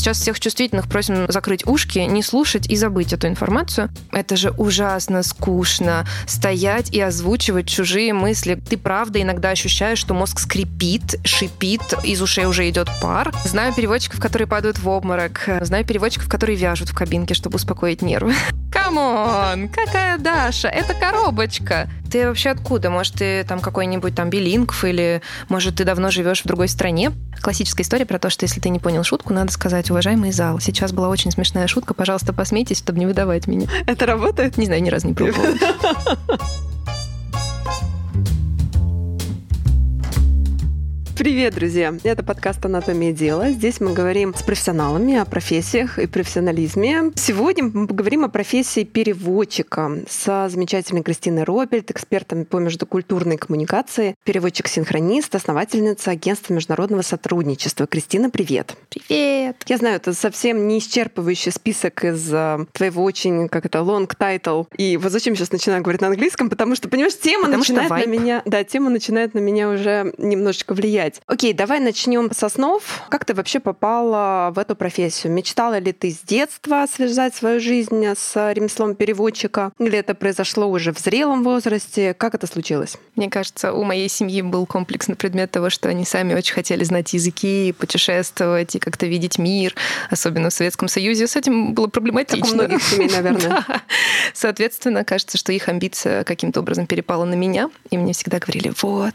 сейчас всех чувствительных просим закрыть ушки, не слушать и забыть эту информацию. Это же ужасно скучно стоять и озвучивать чужие мысли. Ты правда иногда ощущаешь, что мозг скрипит, шипит, из ушей уже идет пар. Знаю переводчиков, которые падают в обморок. Знаю переводчиков, которые вяжут в кабинке, чтобы успокоить нервы. Камон! Какая Даша? Это коробочка! Ты вообще откуда? Может, ты там какой-нибудь там билингв, или, может, ты давно живешь в другой стране? Классическая история про то, что если ты не понял шутку, надо сказать: уважаемый зал, сейчас была очень смешная шутка, пожалуйста, посмейтесь, чтобы не выдавать меня. Это работает? Не знаю, ни разу не пробовала. Привет, друзья! Это подкаст «Анатомия дела». Здесь мы говорим с профессионалами о профессиях и профессионализме. Сегодня мы поговорим о профессии переводчика со замечательной Кристиной Робельт, экспертом по междукультурной коммуникации, переводчик-синхронист, основательница агентства международного сотрудничества. Кристина, привет! Привет! Я знаю, это совсем не исчерпывающий список из твоего очень, long title. И вот зачем сейчас начинаю говорить на английском? Потому что, понимаешь, тема начинает на меня уже немножечко влиять. Окей, давай начнем с основ. Как ты вообще попала в эту профессию? Мечтала ли ты с детства связать свою жизнь с ремеслом переводчика? Или это произошло уже в зрелом возрасте? Как это случилось? Мне кажется, у моей семьи был комплекс на предмет того, что они сами очень хотели знать языки, путешествовать и как-то видеть мир, особенно в Советском Союзе. С этим было проблематично. Как у многих семей, наверное. Да. Соответственно, кажется, что их амбиция каким-то образом перепала на меня. И мне всегда говорили: вот,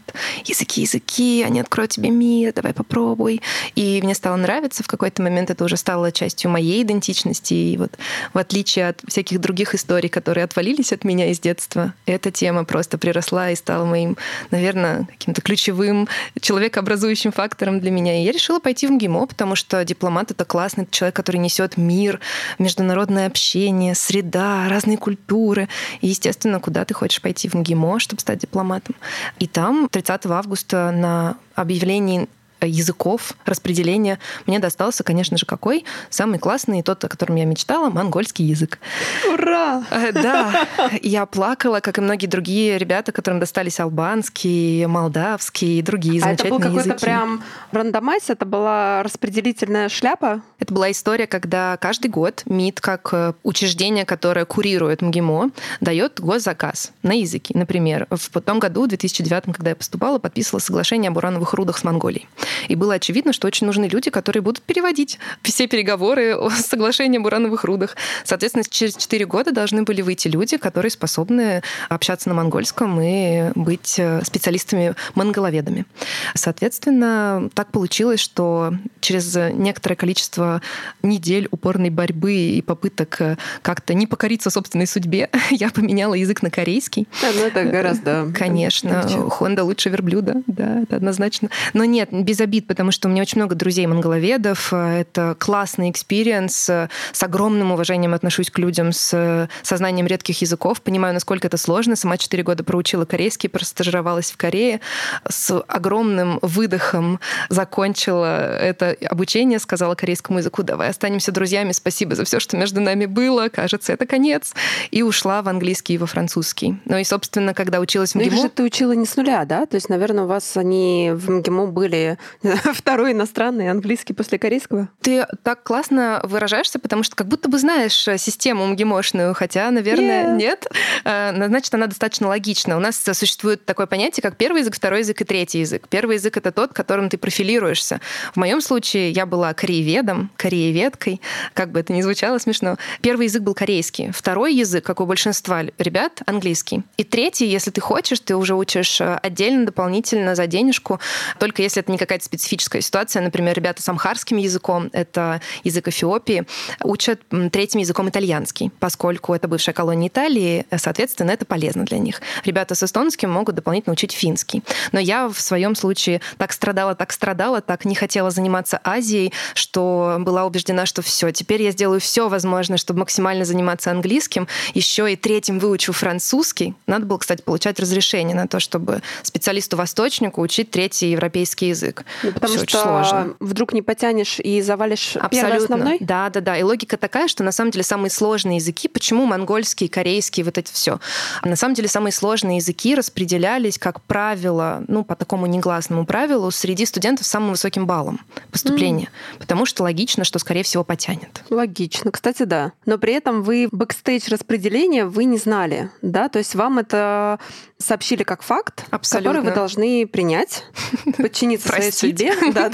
языки, они откроют тебе мир, давай попробуй. И мне стало нравиться. В какой-то момент это уже стало частью моей идентичности. И вот в отличие от всяких других историй, которые отвалились от меня из детства, эта тема просто приросла и стала моим, наверное, каким-то ключевым человекообразующим фактором для меня. И я решила пойти в МГИМО, потому что дипломат — это классный, это человек, который несет мир, международное общение, среда, разные культуры. И, естественно, куда ты хочешь пойти? В МГИМО, чтобы стать дипломатом. И там 30 августа на объявлении языков, распределения мне достался, конечно же, какой? Самый классный, тот, о котором я мечтала, монгольский язык. Ура! Да, я плакала, как и многие другие ребята, которым достались албанский, молдавский и другие замечательные языки. А это был какой-то прям рандомайз? Это была распределительная шляпа? Это была история, когда каждый год МИД, как учреждение, которое курирует МГИМО, дает госзаказ на языки. Например, в том году, в 2009, когда я поступала, подписывала соглашение об урановых рудах с Монголией. И было очевидно, что очень нужны люди, которые будут переводить все переговоры о соглашении об урановых рудах. Соответственно, через 4 года должны были выйти люди, которые способны общаться на монгольском и быть специалистами-монголоведами. Соответственно, так получилось, что через некоторое количество недель упорной борьбы и попыток как-то не покориться собственной судьбе, я поменяла язык на корейский. Это гораздо... Конечно. Хонда лучше верблюда. Да, это однозначно. Но нет, без обид, потому что у меня очень много друзей-монголоведов. Это классный экспириенс. С огромным уважением отношусь к людям с сознанием редких языков. Понимаю, насколько это сложно. Сама 4 года проучила корейский, простажировалась в Корее. С огромным выдохом закончила это обучение, сказала корейскому языку: давай останемся друзьями, спасибо за все, что между нами было, кажется, это конец. И ушла в английский и во французский. Ну и, собственно, когда училась в МГИМО... Их же ты учила не с нуля, да? То есть, наверное, у вас они в МГИМО были второй иностранный, английский после корейского? Ты так классно выражаешься, потому что как будто бы знаешь систему МГИМОшную, хотя, наверное, нет. Значит, она достаточно логична. У нас существует такое понятие, как первый язык, второй язык и третий язык. Первый язык — это тот, которым ты профилируешься. В моем случае я была корееведом, корееведкой, как бы это ни звучало смешно. Первый язык был корейский. Второй язык, как у большинства ребят, английский. И третий, если ты хочешь, ты уже учишь отдельно, дополнительно, за денежку, только если это не какая-то специфическая ситуация. Например, ребята с амхарским языком, это язык Эфиопии, учат третьим языком итальянский, поскольку это бывшая колония Италии, соответственно, это полезно для них. Ребята с эстонским могут дополнительно учить финский. Но я в своем случае так страдала, так не хотела заниматься Азией, что была убеждена, что все, теперь я сделаю все возможное, чтобы максимально заниматься английским, еще и третьим выучу французский. Надо было, кстати, получать разрешение на то, чтобы специалисту-восточнику учить третий европейский язык. Потому что сложно. Вдруг не потянешь и завалишь первый основной? Да. И логика такая, что на самом деле самые сложные языки, почему монгольский, корейский, вот это все. На самом деле самые сложные языки распределялись, как правило, по такому негласному правилу, среди студентов с самым высоким баллом поступления. Потому что логично, что, скорее всего, потянет. Логично, кстати, да. Но при этом вы бэкстейдж распределения вы не знали, да? То есть вам это сообщили как факт, который вы должны принять, подчиниться своей судьбе. Да.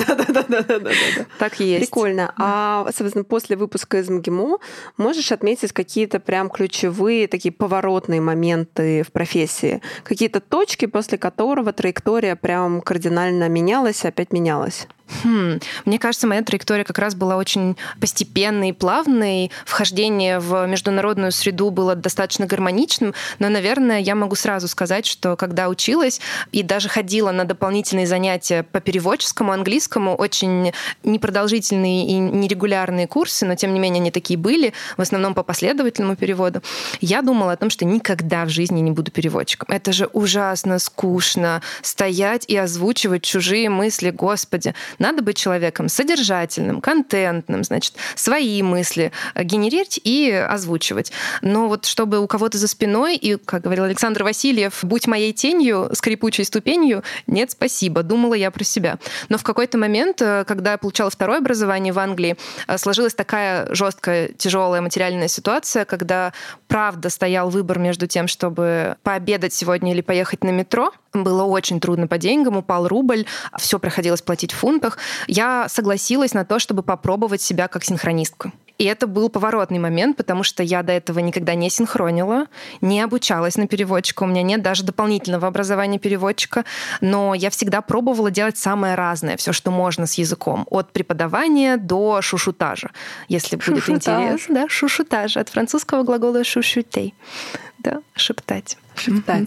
Так и есть. Прикольно. А, соответственно, после выпуска из МГИМО можешь отметить какие-то прям ключевые такие поворотные моменты в профессии? Какие-то точки, после которого траектория прям кардинально менялась и опять менялась? Мне кажется, моя траектория как раз была очень постепенной и плавной. Вхождение в международную среду было достаточно гармоничным, но, наверное, я могу сразу сказать, что когда училась и даже ходила на дополнительные занятия по переводческому, английскому, очень непродолжительные и нерегулярные курсы, но, тем не менее, они такие были, в основном по последовательному переводу, я думала о том, что никогда в жизни не буду переводчиком. Это же ужасно скучно стоять и озвучивать чужие мысли, Господи. Надо быть человеком содержательным, контентным, значит, свои мысли генерировать и озвучивать. Но вот чтобы у кого-то за спиной, и, как говорил Александр Васильев, будь моей тенью, скрипучей ступенью, нет, спасибо, думала я про себя. Но в какой-то момент, когда я получала второе образование в Англии, сложилась такая жесткая, тяжелая материальная ситуация, когда, правда, стоял выбор между тем, чтобы пообедать сегодня или поехать на метро. Было очень трудно по деньгам, упал рубль, все приходилось платить в фунтах. Я согласилась на то, чтобы попробовать себя как синхронистку. И это был поворотный момент, потому что я до этого никогда не синхронила, не обучалась на переводчика, у меня нет даже дополнительного образования переводчика, но я всегда пробовала делать самое разное, все, что можно с языком, от преподавания до шушутажа. Если будет интересно, да, шушутаж, от французского глагола шушутей, да, шептать. Шептать.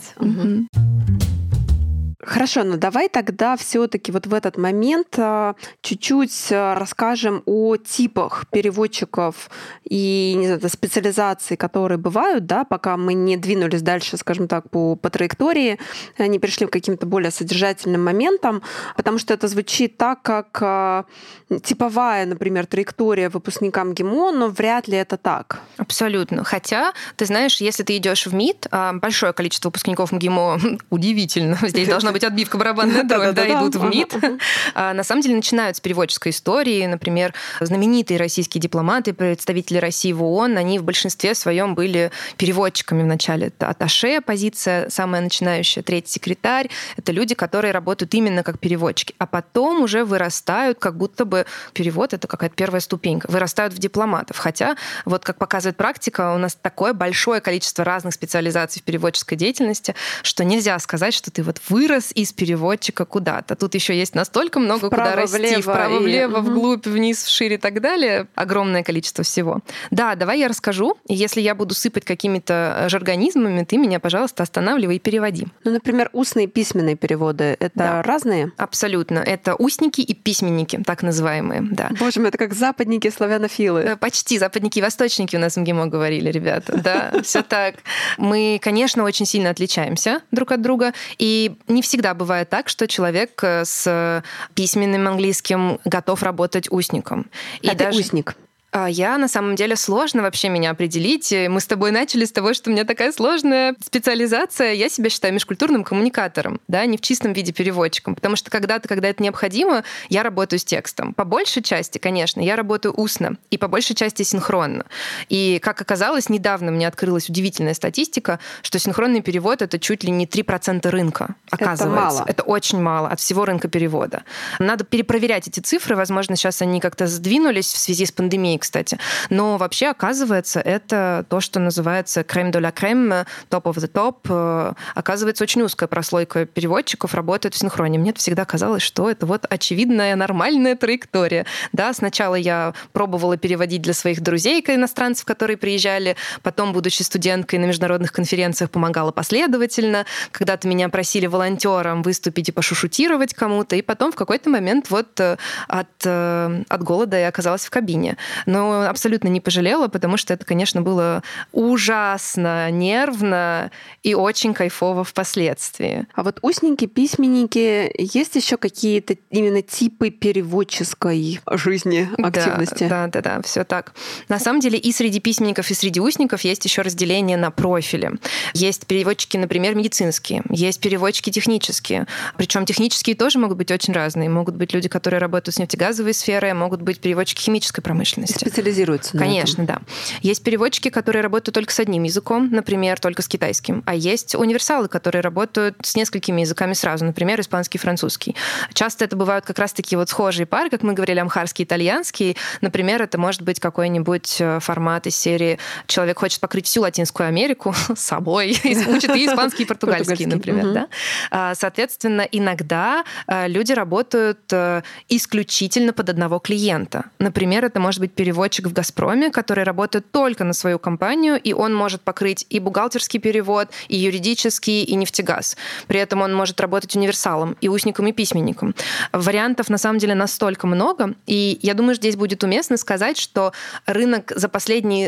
Хорошо, но давай тогда все-таки вот в этот момент чуть-чуть расскажем о типах переводчиков и, не знаю, специализаций, которые бывают, да, пока мы не двинулись дальше, скажем так, по траектории, не перешли к каким-то более содержательным моментам, потому что это звучит так, как типовая, например, траектория выпускника МГИМО, но вряд ли это так. Абсолютно. Хотя, ты знаешь, если ты идешь в МИД, большое количество выпускников МГИМО, удивительно, здесь должна быть отбивка барабанная дробь, да, идут в МИД. На самом деле начинают с переводческой истории. Например, знаменитые российские дипломаты, представители России в ООН, они в большинстве своем были переводчиками вначале. Это атташе, позиция самая начинающая, третий секретарь. Это люди, которые работают именно как переводчики. А потом уже вырастают, как будто бы перевод — это какая-то первая ступенька. Вырастают в дипломатов. Хотя, вот как показывает практика, у нас такое большое количество разных специализаций в переводческой деятельности, что нельзя сказать, что ты вот вырос из переводчика куда-то. Тут еще есть настолько много куда расти. Вправо-влево, вглубь, вниз, вширь и так далее. Огромное количество всего. Да, давай я расскажу. И если я буду сыпать какими-то жаргонизмами, ты меня, пожалуйста, останавливай и переводи. Ну, например, устные и письменные переводы — это разные? Абсолютно. Это устники и письменники, так называемые. Да. Боже мой, это как западники и славянофилы. Почти. Западники и восточники у нас в МГИМО говорили, ребята. Да, все так. Мы, конечно, очень сильно отличаемся друг от друга. И не всегда бывает так, что человек с письменным английским готов работать устником. И даже... ты устник? Я, на самом деле, сложно вообще меня определить. Мы с тобой начали с того, что у меня такая сложная специализация. Я себя считаю межкультурным коммуникатором, да, не в чистом виде переводчиком. Потому что когда-то, когда это необходимо, я работаю с текстом. По большей части, конечно, я работаю устно и по большей части синхронно. И, как оказалось, недавно мне открылась удивительная статистика, что синхронный перевод — это чуть ли не 3% рынка, оказывается. Это мало. Это очень мало от всего рынка перевода. Надо перепроверять эти цифры. Возможно, сейчас они как-то сдвинулись в связи с пандемией, кстати. Но вообще, оказывается, это то, что называется crème de la crème, top of the top. Оказывается, очень узкая прослойка переводчиков работает в синхроне. Мне всегда казалось, что это вот очевидная, нормальная траектория. Да, сначала я пробовала переводить для своих друзей, иностранцев, которые приезжали, потом, будучи студенткой на международных конференциях, помогала последовательно. Когда-то меня просили волонтером выступить и пошушутировать кому-то, и потом в какой-то момент вот от голода я оказалась в кабине. Но абсолютно не пожалела, потому что это, конечно, было ужасно нервно и очень кайфово впоследствии. А вот устники, письменники, есть еще какие-то именно типы переводческой жизни, активности? Да, все так. На самом деле и среди письменников, и среди устников есть еще разделение на профили. Есть переводчики, например, медицинские, есть переводчики технические. Причем технические тоже могут быть очень разные. Могут быть люди, которые работают с нефтегазовой сферой, могут быть переводчики химической промышленности. Специализируются на Конечно, этом. да. Есть переводчики, которые работают только с одним языком, например, только с китайским. А есть универсалы, которые работают с несколькими языками сразу, например, испанский, французский. Часто это бывают как раз такие вот схожие пары, как мы говорили, амхарский, итальянский. Например, это может быть какой-нибудь формат из серии «Человек хочет покрыть всю Латинскую Америку собой», учит и испанский, и португальский, например. Да? Соответственно, иногда люди работают исключительно под одного клиента. Например, это может быть переводчик в «Газпроме», который работает только на свою компанию, и он может покрыть и бухгалтерский перевод, и юридический, и нефтегаз. При этом он может работать универсалом, и устником, и письменником. Вариантов на самом деле настолько много, и я думаю, здесь будет уместно сказать, что рынок за последние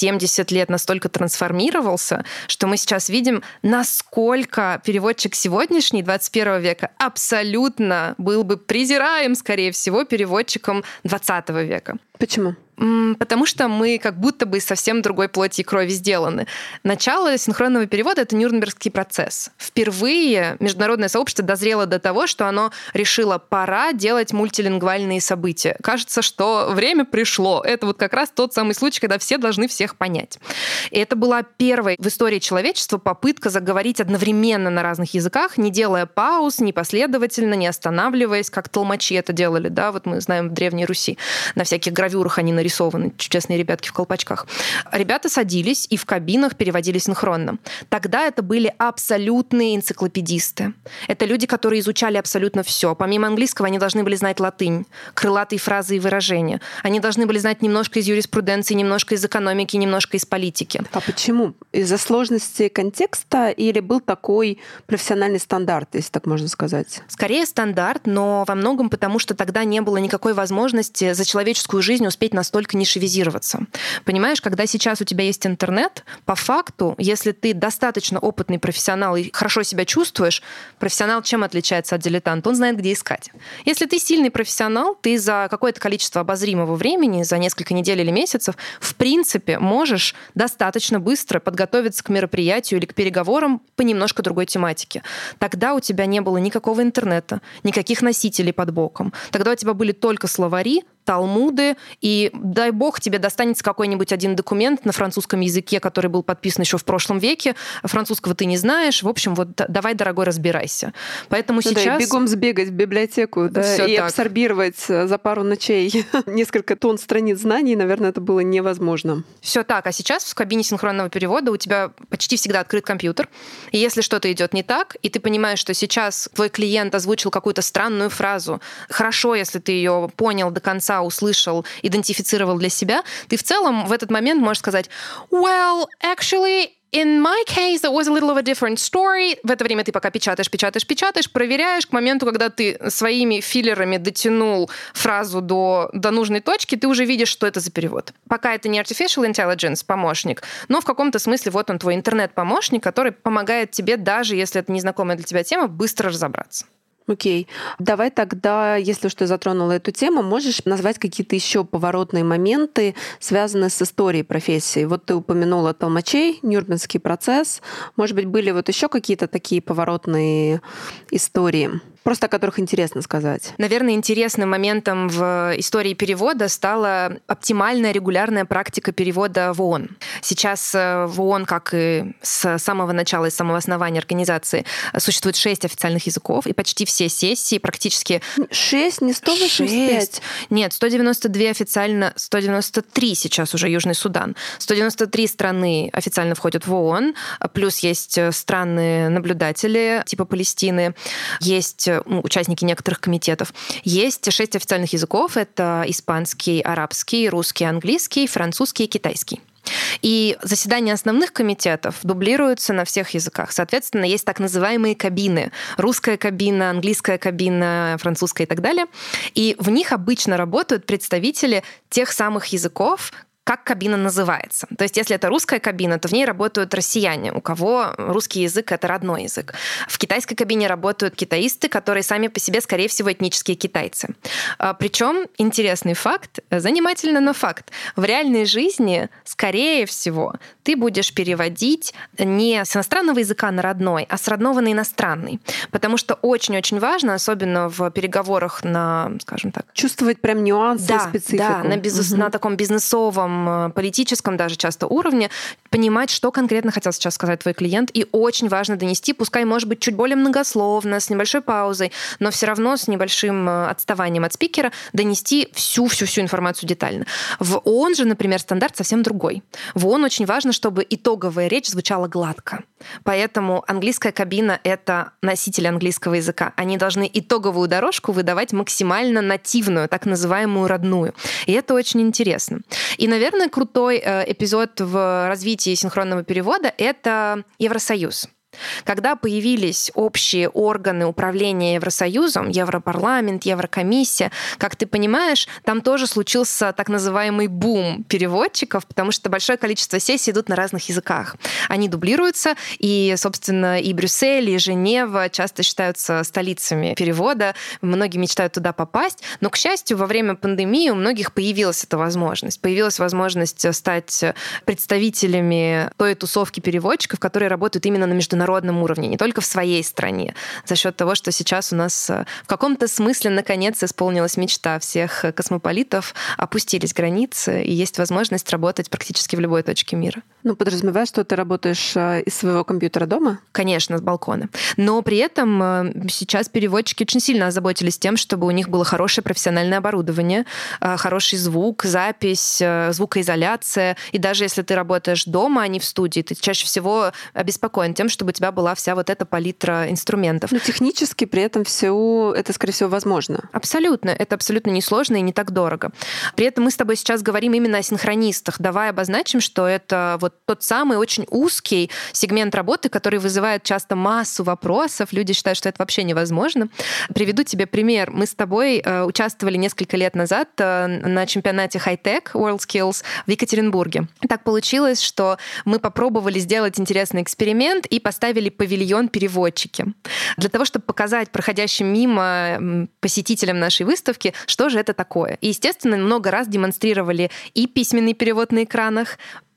70 лет настолько трансформировался, что мы сейчас видим, насколько переводчик сегодняшний, 21 века, абсолютно был бы презираем, скорее всего, переводчиком 20 века. Почему? Потому что мы как будто бы из совсем другой плоти и крови сделаны. Начало синхронного перевода — это Нюрнбергский процесс. Впервые международное сообщество дозрело до того, что оно решило, пора делать мультилингвальные события. Кажется, что время пришло. Это вот как раз тот самый случай, когда все должны всех понять. И это была первая в истории человечества попытка заговорить одновременно на разных языках, не делая пауз, не последовательно, не останавливаясь, как толмачи это делали. Да? Вот мы знаем в Древней Руси. На всяких гравюрах они нарисованы, чудесные ребятки в колпачках. Ребята садились и в кабинах переводили синхронно. Тогда это были абсолютные энциклопедисты. Это люди, которые изучали абсолютно все. Помимо английского они должны были знать латынь, крылатые фразы и выражения. Они должны были знать немножко из юриспруденции, немножко из экономики, немножко из политики. А почему? Из-за сложности контекста или был такой профессиональный стандарт, если так можно сказать? Скорее стандарт, но во многом потому, что тогда не было никакой возможности за человеческую жизнь успеть настолько нишевизироваться. Понимаешь, когда сейчас у тебя есть интернет, по факту, если ты достаточно опытный профессионал и хорошо себя чувствуешь, профессионал чем отличается от дилетанта? Он знает, где искать. Если ты сильный профессионал, ты за какое-то количество обозримого времени, за несколько недель или месяцев, в принципе, можешь достаточно быстро подготовиться к мероприятию или к переговорам по немножко другой тематике. Тогда у тебя не было никакого интернета, никаких носителей под боком. Тогда у тебя были только словари, талмуды, и дай бог тебе достанется какой-нибудь один документ на французском языке, который был подписан еще в прошлом веке. Французского ты не знаешь. В общем, вот давай, дорогой, разбирайся. Поэтому сейчас... Да, бегом сбегать в библиотеку и так абсорбировать за пару ночей несколько тонн страниц знаний, наверное, это было невозможно. Все так. А сейчас в кабине синхронного перевода у тебя почти всегда открыт компьютер. И если что-то идет не так, и ты понимаешь, что сейчас твой клиент озвучил какую-то странную фразу, хорошо, если ты ее понял до конца, услышал, идентифицировал для себя, ты в целом в этот момент можешь сказать «Well, actually, in my case, it was a little of a different story». В это время ты пока печатаешь, проверяешь. К моменту, когда ты своими филлерами дотянул фразу до нужной точки, ты уже видишь, что это за перевод. Пока это не artificial intelligence, помощник, но в каком-то смысле вот он, твой интернет-помощник, который помогает тебе, даже если это незнакомая для тебя тема, быстро разобраться. Окей. Давай тогда, если уж ты затронула эту тему, можешь назвать какие-то еще поворотные моменты, связанные с историей профессии? Вот ты упомянула толмачей, Нюрнбергский процесс. Может быть, были вот еще какие-то такие поворотные истории? Просто о которых интересно сказать. Наверное, интересным моментом в истории перевода стала оптимальная регулярная практика перевода в ООН. Сейчас в ООН, как и с самого начала, и с самого основания организации, существует 6 официальных языков, и почти все сессии практически... 6, не 185? 6. Нет, 192 официально, 193 сейчас уже Южный Судан. 193 страны официально входят в ООН, плюс есть страны-наблюдатели типа Палестины, есть участники некоторых комитетов. Есть 6 официальных языков. Это испанский, арабский, русский, английский, французский и китайский. И заседания основных комитетов дублируются на всех языках. Соответственно, есть так называемые кабины. Русская кабина, английская кабина, французская и так далее. И в них обычно работают представители тех самых языков, как кабина называется. То есть если это русская кабина, то в ней работают россияне, у кого русский язык — это родной язык. В китайской кабине работают китаисты, которые сами по себе, скорее всего, этнические китайцы. Причем интересный факт, занимательно, но факт. В реальной жизни, скорее всего, ты будешь переводить не с иностранного языка на родной, а с родного на иностранный. Потому что очень-очень важно, особенно в переговорах на, скажем так... Чувствовать прям нюансы и специфику. Да, на таком бизнесовом, политическом даже часто уровне, понимать, что конкретно хотел сейчас сказать твой клиент, и очень важно донести, пускай, может быть, чуть более многословно, с небольшой паузой, но все равно с небольшим отставанием от спикера донести всю информацию детально. В ООН же, например, стандарт совсем другой. В ООН очень важно, чтобы итоговая речь звучала гладко. Поэтому английская кабина — это носители английского языка. Они должны итоговую дорожку выдавать максимально нативную, так называемую родную. И это очень интересно. И, наверное, крутой эпизод в развитии синхронного перевода — это Евросоюз. Когда появились общие органы управления Евросоюзом, Европарламент, Еврокомиссия, как ты понимаешь, там тоже случился так называемый бум переводчиков, потому что большое количество сессий идут на разных языках. Они дублируются, и, собственно, и Брюссель, и Женева часто считаются столицами перевода, многие мечтают туда попасть, но, к счастью, во время пандемии у многих появилась эта возможность. Появилась возможность стать представителями той тусовки переводчиков, которые работают именно на международном уровне, не только в своей стране, за счет того, что сейчас у нас в каком-то смысле наконец исполнилась мечта всех космополитов, опустились границы, и есть возможность работать практически в любой точке мира. Ну, подразумевая, что ты работаешь из своего компьютера дома? Конечно, с балкона. Но при этом сейчас переводчики очень сильно озаботились тем, чтобы у них было хорошее профессиональное оборудование, хороший звук, запись, звукоизоляция. И даже если ты работаешь дома, а не в студии, ты чаще всего обеспокоен тем, чтобы у тебя была вся вот эта палитра инструментов. Но технически при этом все это, скорее всего, возможно. Абсолютно. Это абсолютно несложно и не так дорого. При этом мы с тобой сейчас говорим именно о синхронистах. Давай обозначим, что это вот тот самый очень узкий сегмент работы, который вызывает часто массу вопросов. Люди считают, что это вообще невозможно. Приведу тебе пример. Мы с тобой участвовали несколько лет назад на чемпионате High-Tech WorldSkills в Екатеринбурге. Так получилось, что мы попробовали сделать интересный эксперимент и поставили павильон-переводчики. Для того, чтобы показать проходящим мимо посетителям нашей выставки, что же это такое. И, естественно, много раз демонстрировали и письменный перевод на экранах,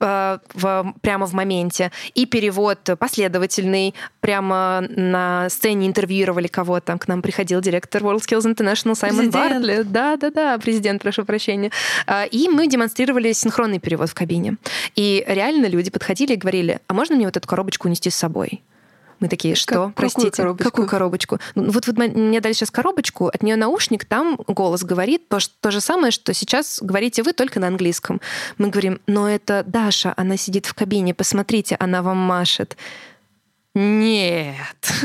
прямо в моменте, и перевод последовательный, прямо на сцене интервьюировали кого-то. К нам приходил директор WorldSkills International Саймон Бартли. Да, президент, прошу прощения. И мы демонстрировали синхронный перевод в кабине. И реально люди подходили и говорили: а можно мне вот эту коробочку унести с собой? Мы такие: что? Простите, какую коробочку? Вот мне дали сейчас коробочку, от нее наушник, там голос говорит то же самое, что сейчас говорите вы, только на английском. Мы говорим: но это Даша, она сидит в кабине, посмотрите, она вам машет. Нет.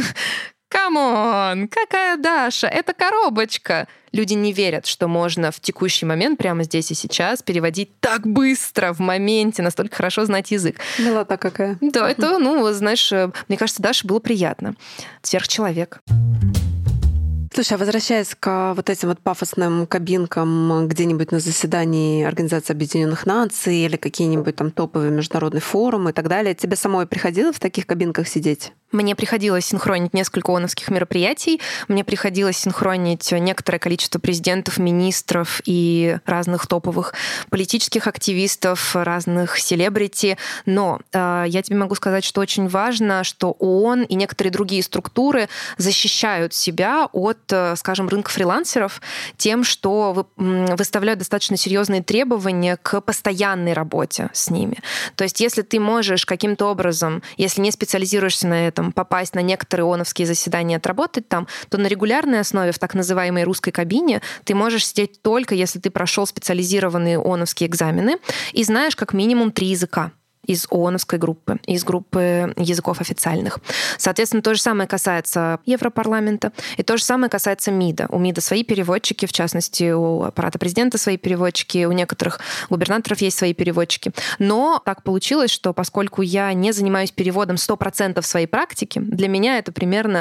Камон, какая Даша? Это коробочка. Люди не верят, что можно в текущий момент, прямо здесь и сейчас, переводить так быстро, в моменте, настолько хорошо знать язык. Милота какая. Да, это, знаешь, мне кажется, Даше было приятно. Сверхчеловек. Слушай, а возвращаясь к вот этим вот пафосным кабинкам где-нибудь на заседании Организации Объединенных Наций или какие-нибудь там топовые международные форумы и так далее, тебе самой приходилось в таких кабинках сидеть? Мне приходилось синхронить несколько ООНовских мероприятий, мне приходилось синхронить некоторое количество президентов, министров и разных топовых политических активистов, разных селебрити. Но я тебе могу сказать, что очень важно, что ООН и некоторые другие структуры защищают себя от, скажем, рынка фрилансеров тем, что выставляют достаточно серьезные требования к постоянной работе с ними. То есть если ты можешь каким-то образом, если не специализируешься на этом, попасть на некоторые ООНовские заседания, отработать там, то на регулярной основе в так называемой русской кабине ты можешь сидеть только, если ты прошел специализированные ООНовские экзамены и знаешь как минимум 3 языка. из ООНовской группы, из группы языков официальных. Соответственно, то же самое касается Европарламента, и то же самое касается МИДа. У МИДа свои переводчики, в частности, у аппарата президента свои переводчики, у некоторых губернаторов есть свои переводчики. Но так получилось, что поскольку я не занимаюсь переводом 100% своей практики, для меня это примерно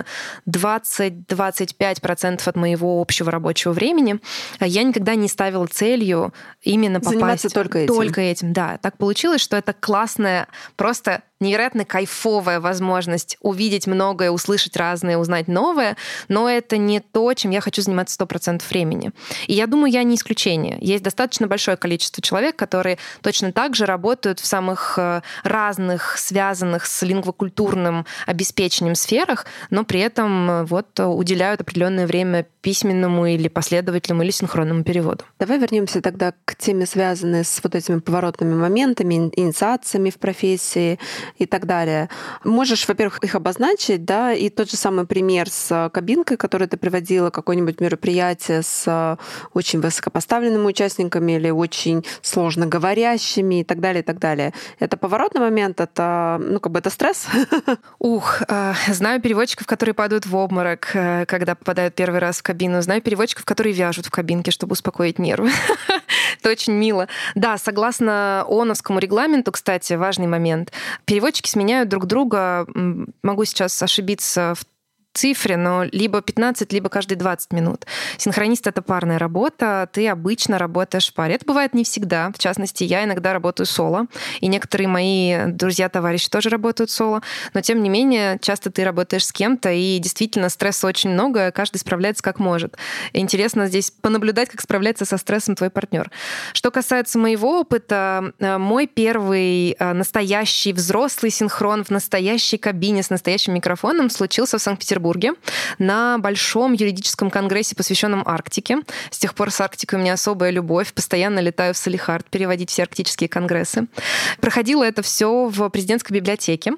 20-25% от моего общего рабочего времени, я никогда не ставила целью именно попасть... Заниматься только этим. Только этим, да. Так получилось, что это классная, просто невероятно кайфовая возможность увидеть многое, услышать разное, узнать новое, но это не то, чем я хочу заниматься 100% времени. И я думаю, я не исключение. Есть достаточно большое количество человек, которые точно так же работают в самых разных, связанных с лингвокультурным обеспечением сферах, но при этом вот уделяют определенное время письменному или последовательному или синхронному переводу. Давай вернемся тогда к теме, связанной с вот этими поворотными моментами, инициациями в профессии и так далее. Можешь, во-первых, их обозначить, да, и тот же самый пример с кабинкой, который ты приводила, какое-нибудь мероприятие с очень высокопоставленными участниками или очень сложно говорящими и так далее, и так далее. Это поворотный момент, это, это стресс? Знаю переводчиков, которые падают в обморок, когда попадают первый раз в кабину. Знаю переводчиков, которые вяжут в кабинке, чтобы успокоить нервы. Это очень мило. Да, согласно ООНовскому регламенту, кстати, важный момент, переводчики сменяют друг друга, могу сейчас ошибиться в цифре, но либо 15, либо каждые 20 минут. Синхронист — это парная работа, ты обычно работаешь в паре. Это бывает не всегда. В частности, я иногда работаю соло, и некоторые мои друзья-товарищи тоже работают соло, но тем не менее, часто ты работаешь с кем-то, и действительно стресса очень много, каждый справляется как может. Интересно здесь понаблюдать, как справляется со стрессом твой партнер. Что касается моего опыта, мой первый настоящий взрослый синхрон в настоящей кабине с настоящим микрофоном случился в Санкт-Петербурге на большом юридическом конгрессе, посвященном Арктике. С тех пор с Арктикой у меня особая любовь. Постоянно летаю в Салехард переводить все арктические конгрессы. Проходило это все в президентской библиотеке.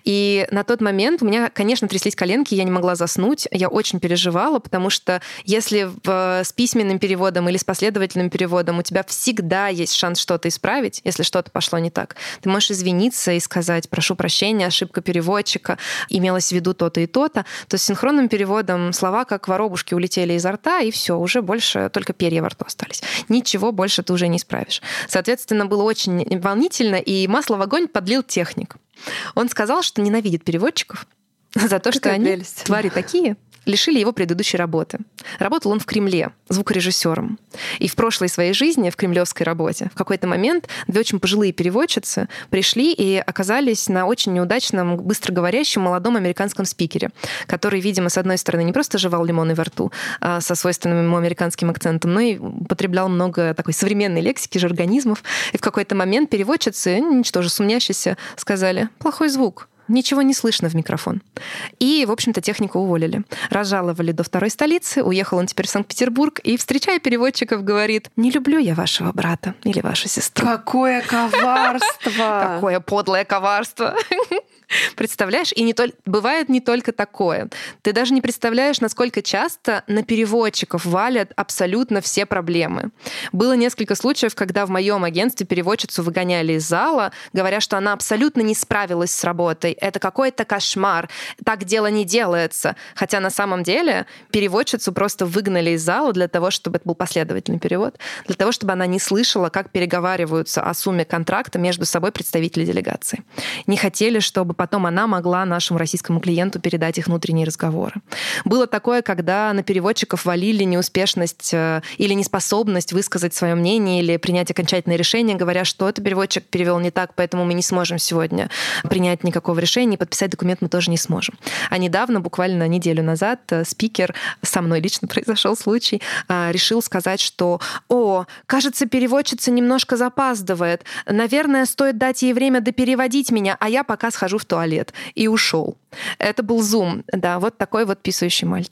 И на тот момент у меня, конечно, тряслись коленки, я не могла заснуть. Я очень переживала, потому что если с письменным переводом или с последовательным переводом у тебя всегда есть шанс что-то исправить, если что-то пошло не так, ты можешь извиниться и сказать: прошу прощения, ошибка переводчика, имелось в виду то-то и то-то, то с синхронным переводом слова как воробушки улетели изо рта, и все, уже больше только перья во рту остались. Ничего больше ты уже не исправишь. Соответственно, было очень волнительно, и масло в огонь подлил техник. Он сказал, что ненавидит переводчиков за то, что они, твари такие, лишили его предыдущей работы. Работал он в Кремле звукорежиссером. И в прошлой своей жизни, в кремлевской работе, в какой-то момент две очень пожилые переводчицы пришли и оказались на очень неудачном, быстроговорящем молодом американском спикере, который, видимо, с одной стороны, не просто жевал лимоны во рту со свойственным ему американским акцентом, но и употреблял много такой современной лексики, жаргонизмов. И в какой-то момент переводчицы, ничтоже сумнящиеся, сказали: плохой звук. Ничего не слышно в микрофон. И, в общем-то, техника уволили. Разжаловали до второй столицы, уехал он теперь в Санкт-Петербург и, встречая переводчиков, говорит: не люблю я вашего брата или вашу сестру. Какое коварство! Какое подлое коварство! Представляешь? И бывает не только такое. Ты даже не представляешь, насколько часто на переводчиков валят абсолютно все проблемы. Было несколько случаев, когда в моем агентстве переводчицу выгоняли из зала, говоря, что она абсолютно не справилась с работой. Это какой-то кошмар. Так дело не делается. Хотя на самом деле переводчицу просто выгнали из зала для того, чтобы это был последовательный перевод, для того, чтобы она не слышала, как переговариваются о сумме контракта между собой представители делегации. Не хотели, чтобы потом она могла нашему российскому клиенту передать их внутренние разговоры. Было такое, когда на переводчиков валили неуспешность или неспособность высказать свое мнение или принять окончательное решение, говоря, что это переводчик перевел не так, поэтому мы не сможем сегодня принять никакого решения, и подписать документ мы тоже не сможем. А недавно, буквально неделю назад, спикер, со мной лично произошел случай, решил сказать, что кажется, переводчица немножко запаздывает. Наверное, стоит дать ей время допереводить меня, а я пока схожу в туалет. И ушел. Это был Zoom. Да, вот такой вот писающий мальчик.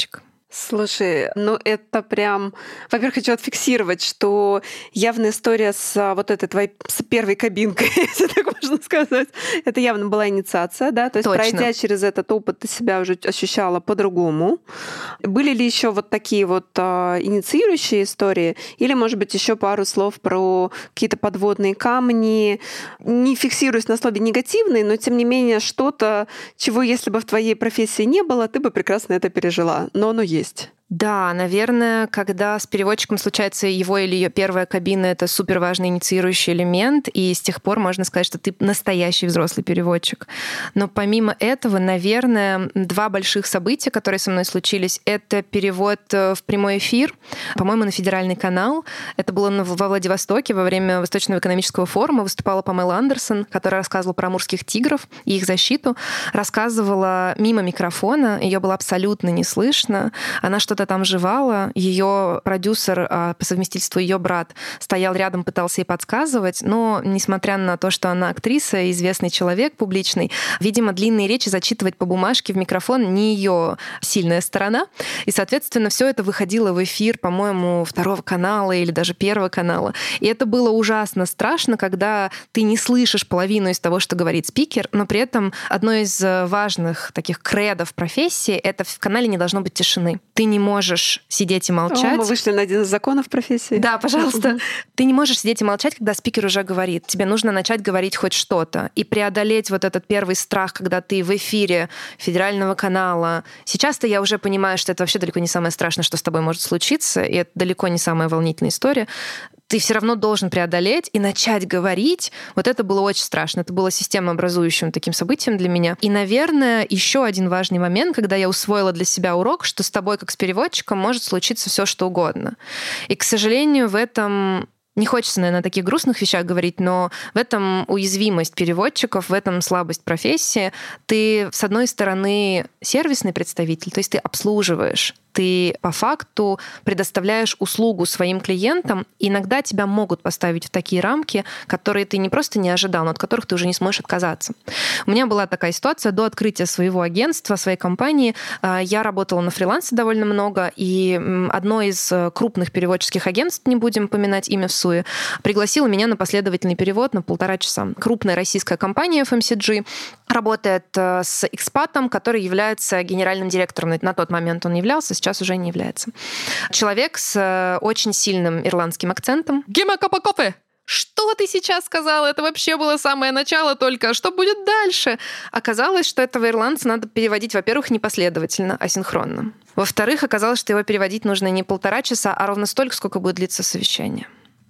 Слушай, это прям... Во-первых, хочу отфиксировать, что явная история с вот этой твоей с первой кабинкой, если так можно сказать, это явно была инициация, да? То есть, пройдя через этот опыт, ты себя уже ощущала по-другому. Были ли еще вот такие вот инициирующие истории? Или, может быть, еще пару слов про какие-то подводные камни? Не фиксируясь на слове негативный, но, тем не менее, что-то, чего, если бы в твоей профессии не было, ты бы прекрасно это пережила. Но оно есть. Да, наверное, когда с переводчиком случается его или ее первая кабина, это супер важный инициирующий элемент, и с тех пор можно сказать, что ты настоящий взрослый переводчик. Но помимо этого, наверное, 2 больших события, которые со мной случились, это перевод в прямой эфир, по-моему, на федеральный канал. Это было во Владивостоке во время Восточного экономического форума. Выступала Памела Андерсон, которая рассказывала про амурских тигров и их защиту. Рассказывала мимо микрофона, ее было абсолютно не слышно. Она что-то там жевала, ее продюсер, по совместительству ее брат, стоял рядом, пытался ей подсказывать, но, несмотря на то, что она актриса, известный человек публичный, видимо, длинные речи зачитывать по бумажке в микрофон не ее сильная сторона. И, соответственно, все это выходило в эфир, по-моему, 2 канала или даже 1 канала. И это было ужасно страшно, когда ты не слышишь половину из того, что говорит спикер, но при этом одно из важных таких кредов профессии — это в канале не должно быть тишины. Ты не можешь сидеть и молчать. Мы вышли на один из законов профессии. Да, пожалуйста. Ты не можешь сидеть и молчать, когда спикер уже говорит. Тебе нужно начать говорить хоть что-то. И преодолеть вот этот первый страх, когда ты в эфире федерального канала. Сейчас-то я уже понимаю, что это вообще далеко не самое страшное, что с тобой может случиться, и это далеко не самая волнительная история. Ты все равно должен преодолеть и начать говорить. Вот это было очень страшно. Это было системообразующим таким событием для меня. И, наверное, еще один важный момент, когда я усвоила для себя урок, что с тобой, как с переводчиком, может случиться все что угодно. И, к сожалению, в этом... Не хочется, наверное, о таких грустных вещах говорить, но в этом уязвимость переводчиков, в этом слабость профессии. Ты, с одной стороны, сервисный представитель, то есть ты обслуживаешь, ты по факту предоставляешь услугу своим клиентам, и иногда тебя могут поставить в такие рамки, которые ты не просто не ожидал, но от которых ты уже не сможешь отказаться. У меня была такая ситуация до открытия своего агентства, своей компании. Я работала на фрилансе довольно много, и одно из крупных переводческих агентств, не будем поминать имя в суе, пригласила меня на последовательный перевод на 1,5 часа. Крупная российская компания FMCG работает с экспатом, который является генеральным директором. На тот момент он являлся, сейчас уже не является. Человек с очень сильным ирландским акцентом. Гема Капакопе! Что ты сейчас сказала? Это вообще было самое начало только. Что будет дальше? Оказалось, что этого ирландца надо переводить, во-первых, не последовательно, а синхронно. Во-вторых, оказалось, что его переводить нужно не 1,5 часа, а ровно столько, сколько будет длиться совещание.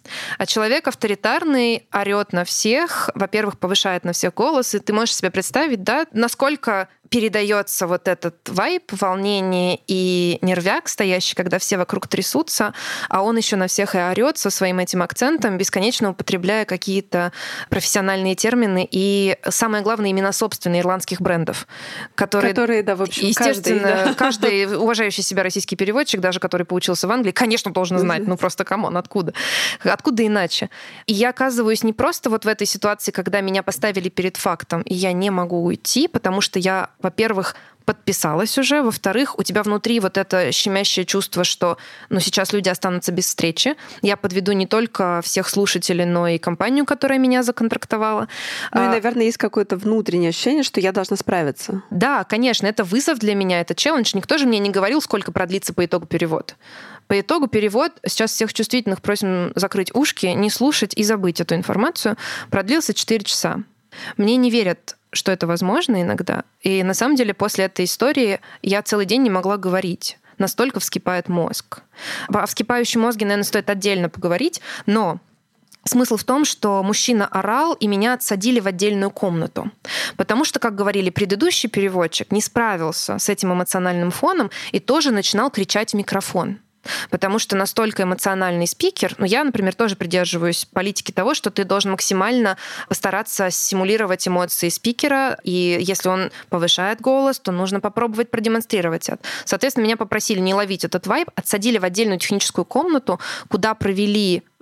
А человек авторитарный, орёт на всех, во-первых, повышает на всех голос, и ты можешь себе представить, да, насколько передается вот этот вайб, волнение и нервяк стоящий, когда все вокруг трясутся, а он еще на всех и орёт со своим этим акцентом, бесконечно употребляя какие-то профессиональные термины и, самое главное, имена собственных ирландских брендов, которые да, в общем, естественно, каждый уважающий себя российский переводчик, даже который поучился в Англии, конечно, должен знать, ну просто камон, откуда? Откуда иначе? И я оказываюсь не просто вот в этой ситуации, когда меня поставили перед фактом, и я не могу уйти, потому что я, во-первых, подписалась уже, во-вторых, у тебя внутри вот это щемящее чувство, что сейчас люди останутся без встречи. Я подведу не только всех слушателей, но и компанию, которая меня законтрактовала. Ну и, наверное, есть какое-то внутреннее ощущение, что я должна справиться. Да, конечно, это вызов для меня, это челлендж. Никто же мне не говорил, сколько продлится по итогу перевод. По итогу перевод, сейчас всех чувствительных просим закрыть ушки, не слушать и забыть эту информацию, продлился 4 часа. Мне не верят, что это возможно иногда. И на самом деле после этой истории я целый день не могла говорить. Настолько вскипает мозг. О вскипающем мозге, наверное, стоит отдельно поговорить, но смысл в том, что мужчина орал, и меня отсадили в отдельную комнату. Потому что, как говорили, предыдущий переводчик не справился с этим эмоциональным фоном и тоже начинал кричать в микрофон. Потому что настолько эмоциональный спикер, я, например, тоже придерживаюсь политики того, что ты должен максимально постараться симулировать эмоции спикера, и если он повышает голос, то нужно попробовать продемонстрировать это. Соответственно, меня попросили не ловить этот вайб, отсадили в отдельную техническую комнату, куда провели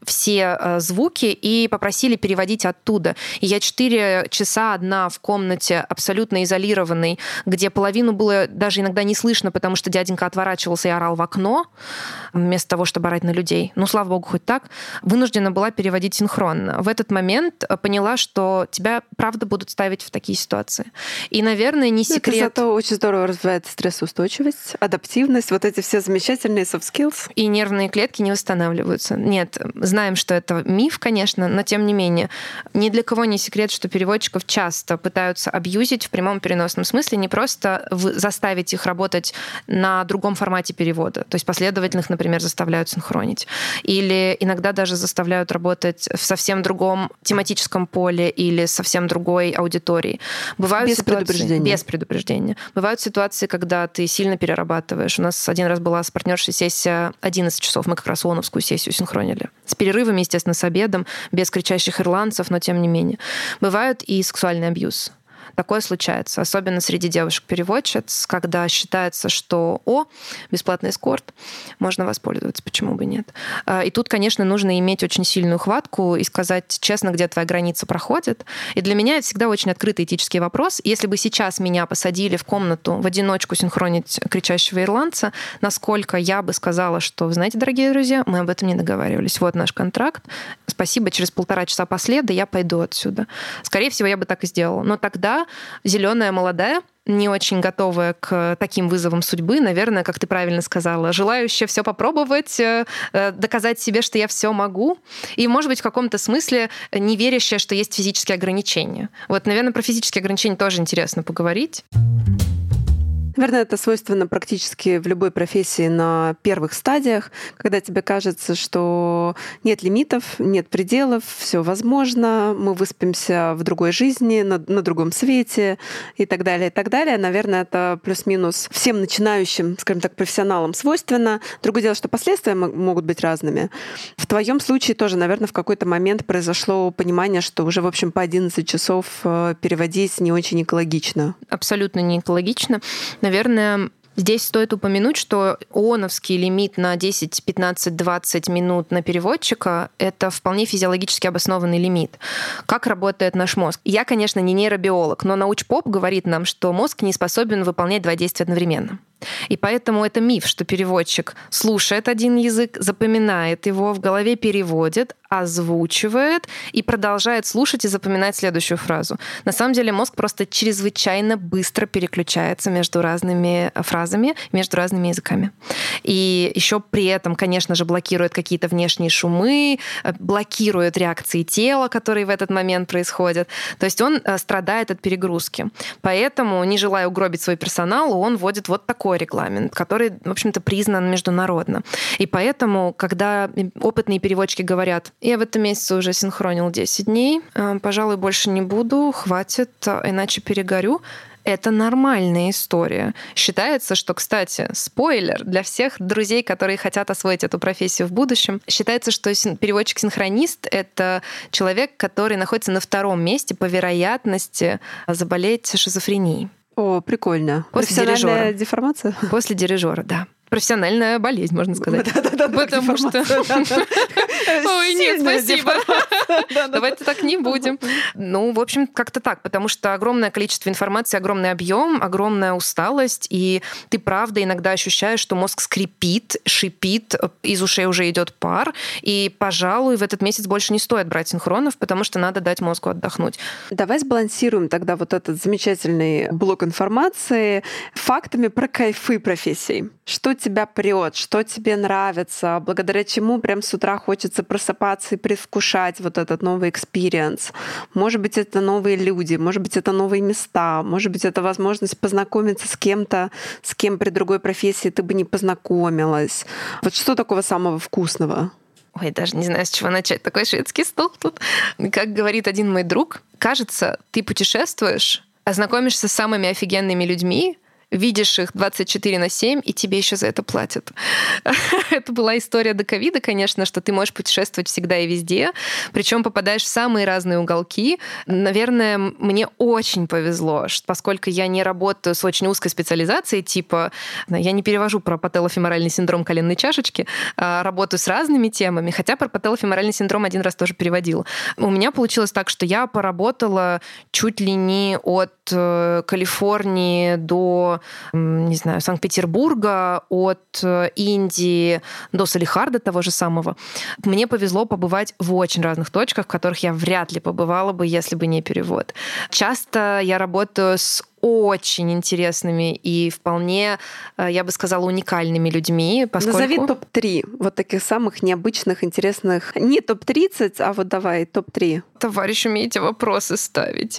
все звуки и попросили переводить оттуда. И я 4 часа одна в комнате, абсолютно изолированной, где половину было даже иногда не слышно, потому что дяденька отворачивался и орал в окно, вместо того, чтобы орать на людей. Ну, слава богу, хоть так. Вынуждена была переводить синхронно. В этот момент поняла, что тебя, правда, будут ставить в такие ситуации. И, наверное, не секрет... Это зато очень здорово развивает стрессоустойчивость, адаптивность, вот эти все замечательные soft skills. И нервные клетки не восстанавливаются. Нет, знаем, что это миф, конечно, но тем не менее. Ни для кого не секрет, что переводчиков часто пытаются абьюзить в прямом переносном смысле, не просто заставить их работать на другом формате перевода. То есть последовательных, например, заставляют синхронить. Или иногда даже заставляют работать в совсем другом тематическом поле или совсем другой аудитории. Бывают без ситуации, предупреждения. Без предупреждения. Бывают ситуации, когда ты сильно перерабатываешь. У нас один раз была с партнершей сессия 11 часов. Мы как раз ООНовскую сессию синхронили. С перерывами, естественно, с обедом, без кричащих ирландцев, но тем не менее. Бывают и сексуальный абьюз. Такое случается, особенно среди девушек-переводчиц, когда считается, что бесплатный эскорт, можно воспользоваться, почему бы нет. И тут, конечно, нужно иметь очень сильную хватку и сказать честно, где твоя граница проходит. И для меня это всегда очень открытый этический вопрос. Если бы сейчас меня посадили в комнату в одиночку синхронить кричащего ирландца, насколько я бы сказала, что, вы знаете, дорогие друзья, мы об этом не договаривались. Вот наш контракт. Спасибо, через 1,5 часа последа я пойду отсюда. Скорее всего, я бы так и сделала. Но тогда зеленая, молодая, не очень готовая к таким вызовам судьбы, наверное, как ты правильно сказала, желающая все попробовать, доказать себе, что я все могу, и, может быть, в каком-то смысле не верящая, что есть физические ограничения. Вот, наверное, про физические ограничения тоже интересно поговорить. Наверное, это свойственно практически в любой профессии на первых стадиях, когда тебе кажется, что нет лимитов, нет пределов, все возможно, мы выспимся в другой жизни, на другом свете и так далее, и так далее. Наверное, это плюс-минус всем начинающим, скажем так, профессионалам свойственно. Другое дело, что последствия могут быть разными. В твоем случае тоже, наверное, в какой-то момент произошло понимание, что уже, в общем, по 11 часов переводить не очень экологично. Абсолютно не экологично. Наверное, здесь стоит упомянуть, что ООНовский лимит на 10, 15, 20 минут на переводчика — это вполне физиологически обоснованный лимит. Как работает наш мозг? Я, конечно, не нейробиолог, но научпоп говорит нам, что мозг не способен выполнять 2 действия одновременно. И поэтому это миф, что переводчик слушает один язык, запоминает его, в голове переводит, озвучивает и продолжает слушать и запоминать следующую фразу. На самом деле мозг просто чрезвычайно быстро переключается между разными фразами, между разными языками. И еще при этом, конечно же, блокирует какие-то внешние шумы, блокирует реакции тела, которые в этот момент происходят. То есть он страдает от перегрузки. Поэтому, не желая угробить свой персонал, он вводит вот такой регламент, который, в общем-то, признан международно. И поэтому, когда опытные переводчики говорят: я в этом месяце уже синхронил 10 дней, пожалуй, больше не буду, хватит, иначе перегорю, это нормальная история. Считается, что, кстати, спойлер для всех друзей, которые хотят освоить эту профессию в будущем, считается, что переводчик-синхронист — это человек, который находится на 2-м месте по вероятности заболеть шизофренией. О, прикольно. Профессиональная деформация? После дирижера, да. Профессиональная болезнь, можно сказать. Да, потому что... Ой, нет, спасибо. Давайте так не будем. Ну, в общем, как-то так, потому что огромное количество информации, огромный объем, огромная усталость, и ты, правда, иногда ощущаешь, что мозг скрипит, шипит, из ушей уже идет пар, и, пожалуй, в этот месяц больше не стоит брать синхронов, потому что надо дать мозгу отдохнуть. Давай сбалансируем тогда вот этот замечательный блок информации фактами про кайфы профессий. Что тебя прет, что тебе нравится, благодаря чему прям с утра хочется просыпаться и предвкушать вот этот новый экспириенс. Может быть, это новые люди, может быть, это новые места, может быть, это возможность познакомиться с кем-то, с кем при другой профессии ты бы не познакомилась. Вот что такого самого вкусного? Ой, даже не знаю, с чего начать. Такой шведский стол тут. Как говорит один мой друг, кажется, ты путешествуешь, знакомишься с самыми офигенными людьми, видишь их 24/7, и тебе еще за это платят. Это была история до ковида, конечно, что ты можешь путешествовать всегда и везде, причем попадаешь в самые разные уголки. Наверное, мне очень повезло, поскольку я не работаю с очень узкой специализацией, типа я не перевожу про пателлофеморальный синдром коленной чашечки, а работаю с разными темами, хотя про пателлофеморальный синдром один раз тоже переводила. У меня получилось так, что я поработала чуть ли не от Калифорнии до, не знаю, Санкт-Петербурга, от Индии до Салехарда того же самого. Мне повезло побывать в очень разных точках, в которых я вряд ли побывала бы, если бы не перевод. Часто я работаю с очень интересными и вполне, я бы сказала, уникальными людьми. Поскольку... Назови топ-3 вот таких самых необычных, интересных. Не топ-30, а вот давай топ-3. Товарищ, умеете вопросы ставить.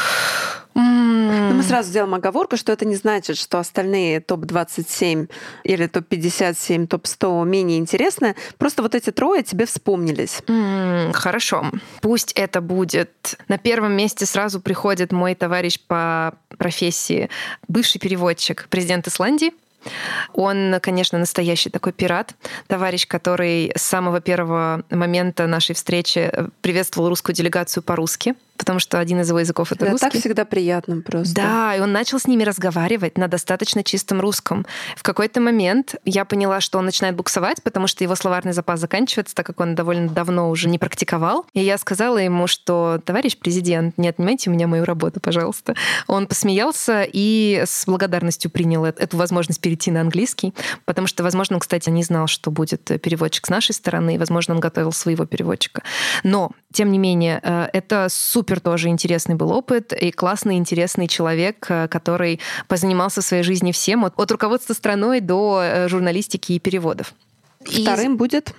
Но мы сразу сделаем оговорку, что это не значит, что остальные топ-27 или топ-57, топ-100 менее интересны. Просто вот эти трое тебе вспомнились. Хорошо. Пусть это будет... На первом месте сразу приходит мой товарищ по профессии, бывший переводчик, президент Исландии. Он, конечно, настоящий такой пират, товарищ, который с самого первого момента нашей встречи приветствовал русскую делегацию по-русски, потому что один из его языков — это русский. Это так всегда приятно просто. Да, и он начал с ними разговаривать на достаточно чистом русском. В какой-то момент я поняла, что он начинает буксовать, потому что его словарный запас заканчивается, так как он довольно давно уже не практиковал. И я сказала ему, что, товарищ президент, не отнимайте у меня мою работу, пожалуйста. Он посмеялся и с благодарностью принял эту возможность перейти на английский, потому что, возможно, он, кстати, не знал, что будет переводчик с нашей стороны, и, возможно, он готовил своего переводчика. Но, тем не менее, это супер тоже интересный был опыт и классный, интересный человек, который позанимался в своей жизни всем, от руководства страной до журналистики и переводов. Вторым будет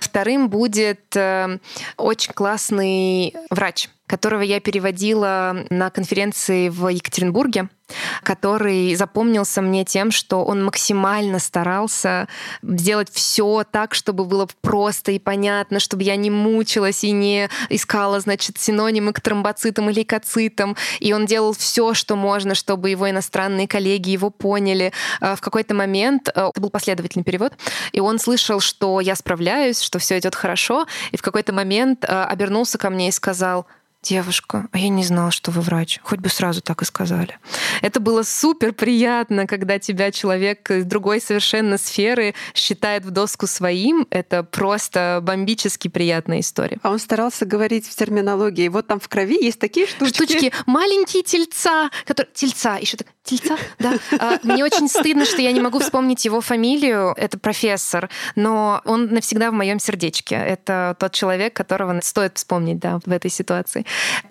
очень классный врач, которого я переводила на конференции в Екатеринбурге, который запомнился мне тем, что он максимально старался сделать все так, чтобы было просто и понятно, чтобы я не мучилась и не искала, значит, синонимы к тромбоцитам и лейкоцитам. И он делал все, что можно, чтобы его иностранные коллеги его поняли. В какой-то момент, это был последовательный перевод, и он слышал, что я справляюсь, что все идет хорошо, и в какой-то момент обернулся ко мне и сказал: «Девушка, а я не знала, что вы врач. Хоть бы сразу так и сказали». Это было супер приятно, когда тебя человек из другой совершенно сферы считает в доску своим. Это просто бомбически приятная история. А он старался говорить в терминологии. Вот там в крови есть такие штучки. Штучки, маленькие тельца, которые... Тельца, еще так... Тельца, да. Мне очень стыдно, что я не могу вспомнить его фамилию. Это профессор, но он навсегда в моем сердечке. Это тот человек, которого стоит вспомнить, да, в этой ситуации.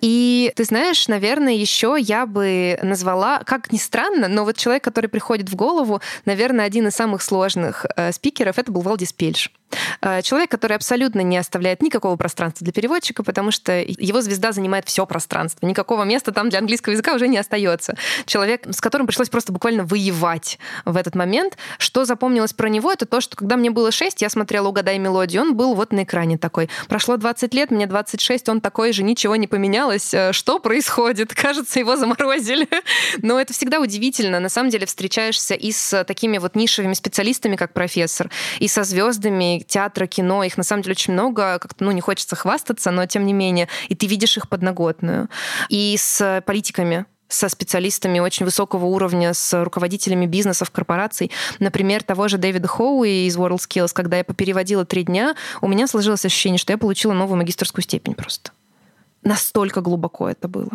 И ты знаешь, наверное, еще я бы назвала, как ни странно, но вот человек, который приходит в голову, наверное, один из самых сложных спикеров, это был Валдис Пельш. Человек, который абсолютно не оставляет никакого пространства для переводчика, потому что его звезда занимает все пространство. Никакого места там для английского языка уже не остается. Человек, с которым пришлось просто буквально воевать в этот момент. Что запомнилось про него, это то, что когда мне было 6, я смотрела «Угадай мелодию», он был вот на экране такой. Прошло 20 лет, мне 26, он такой же, ничего не поменялось. Что происходит? Кажется, его заморозили. Но это всегда удивительно. На самом деле встречаешься и с такими вот нишевыми специалистами, как профессор, и со звездами театра, кино. Их на самом деле очень много. Как-то, не хочется хвастаться, но тем не менее. И ты видишь их подноготную. И с политиками, со специалистами очень высокого уровня, с руководителями бизнесов, корпораций. Например, того же Дэвида Хоуи из WorldSkills, когда я попереводила 3 дня, у меня сложилось ощущение, что я получила новую магистерскую степень просто. Настолько глубоко это было.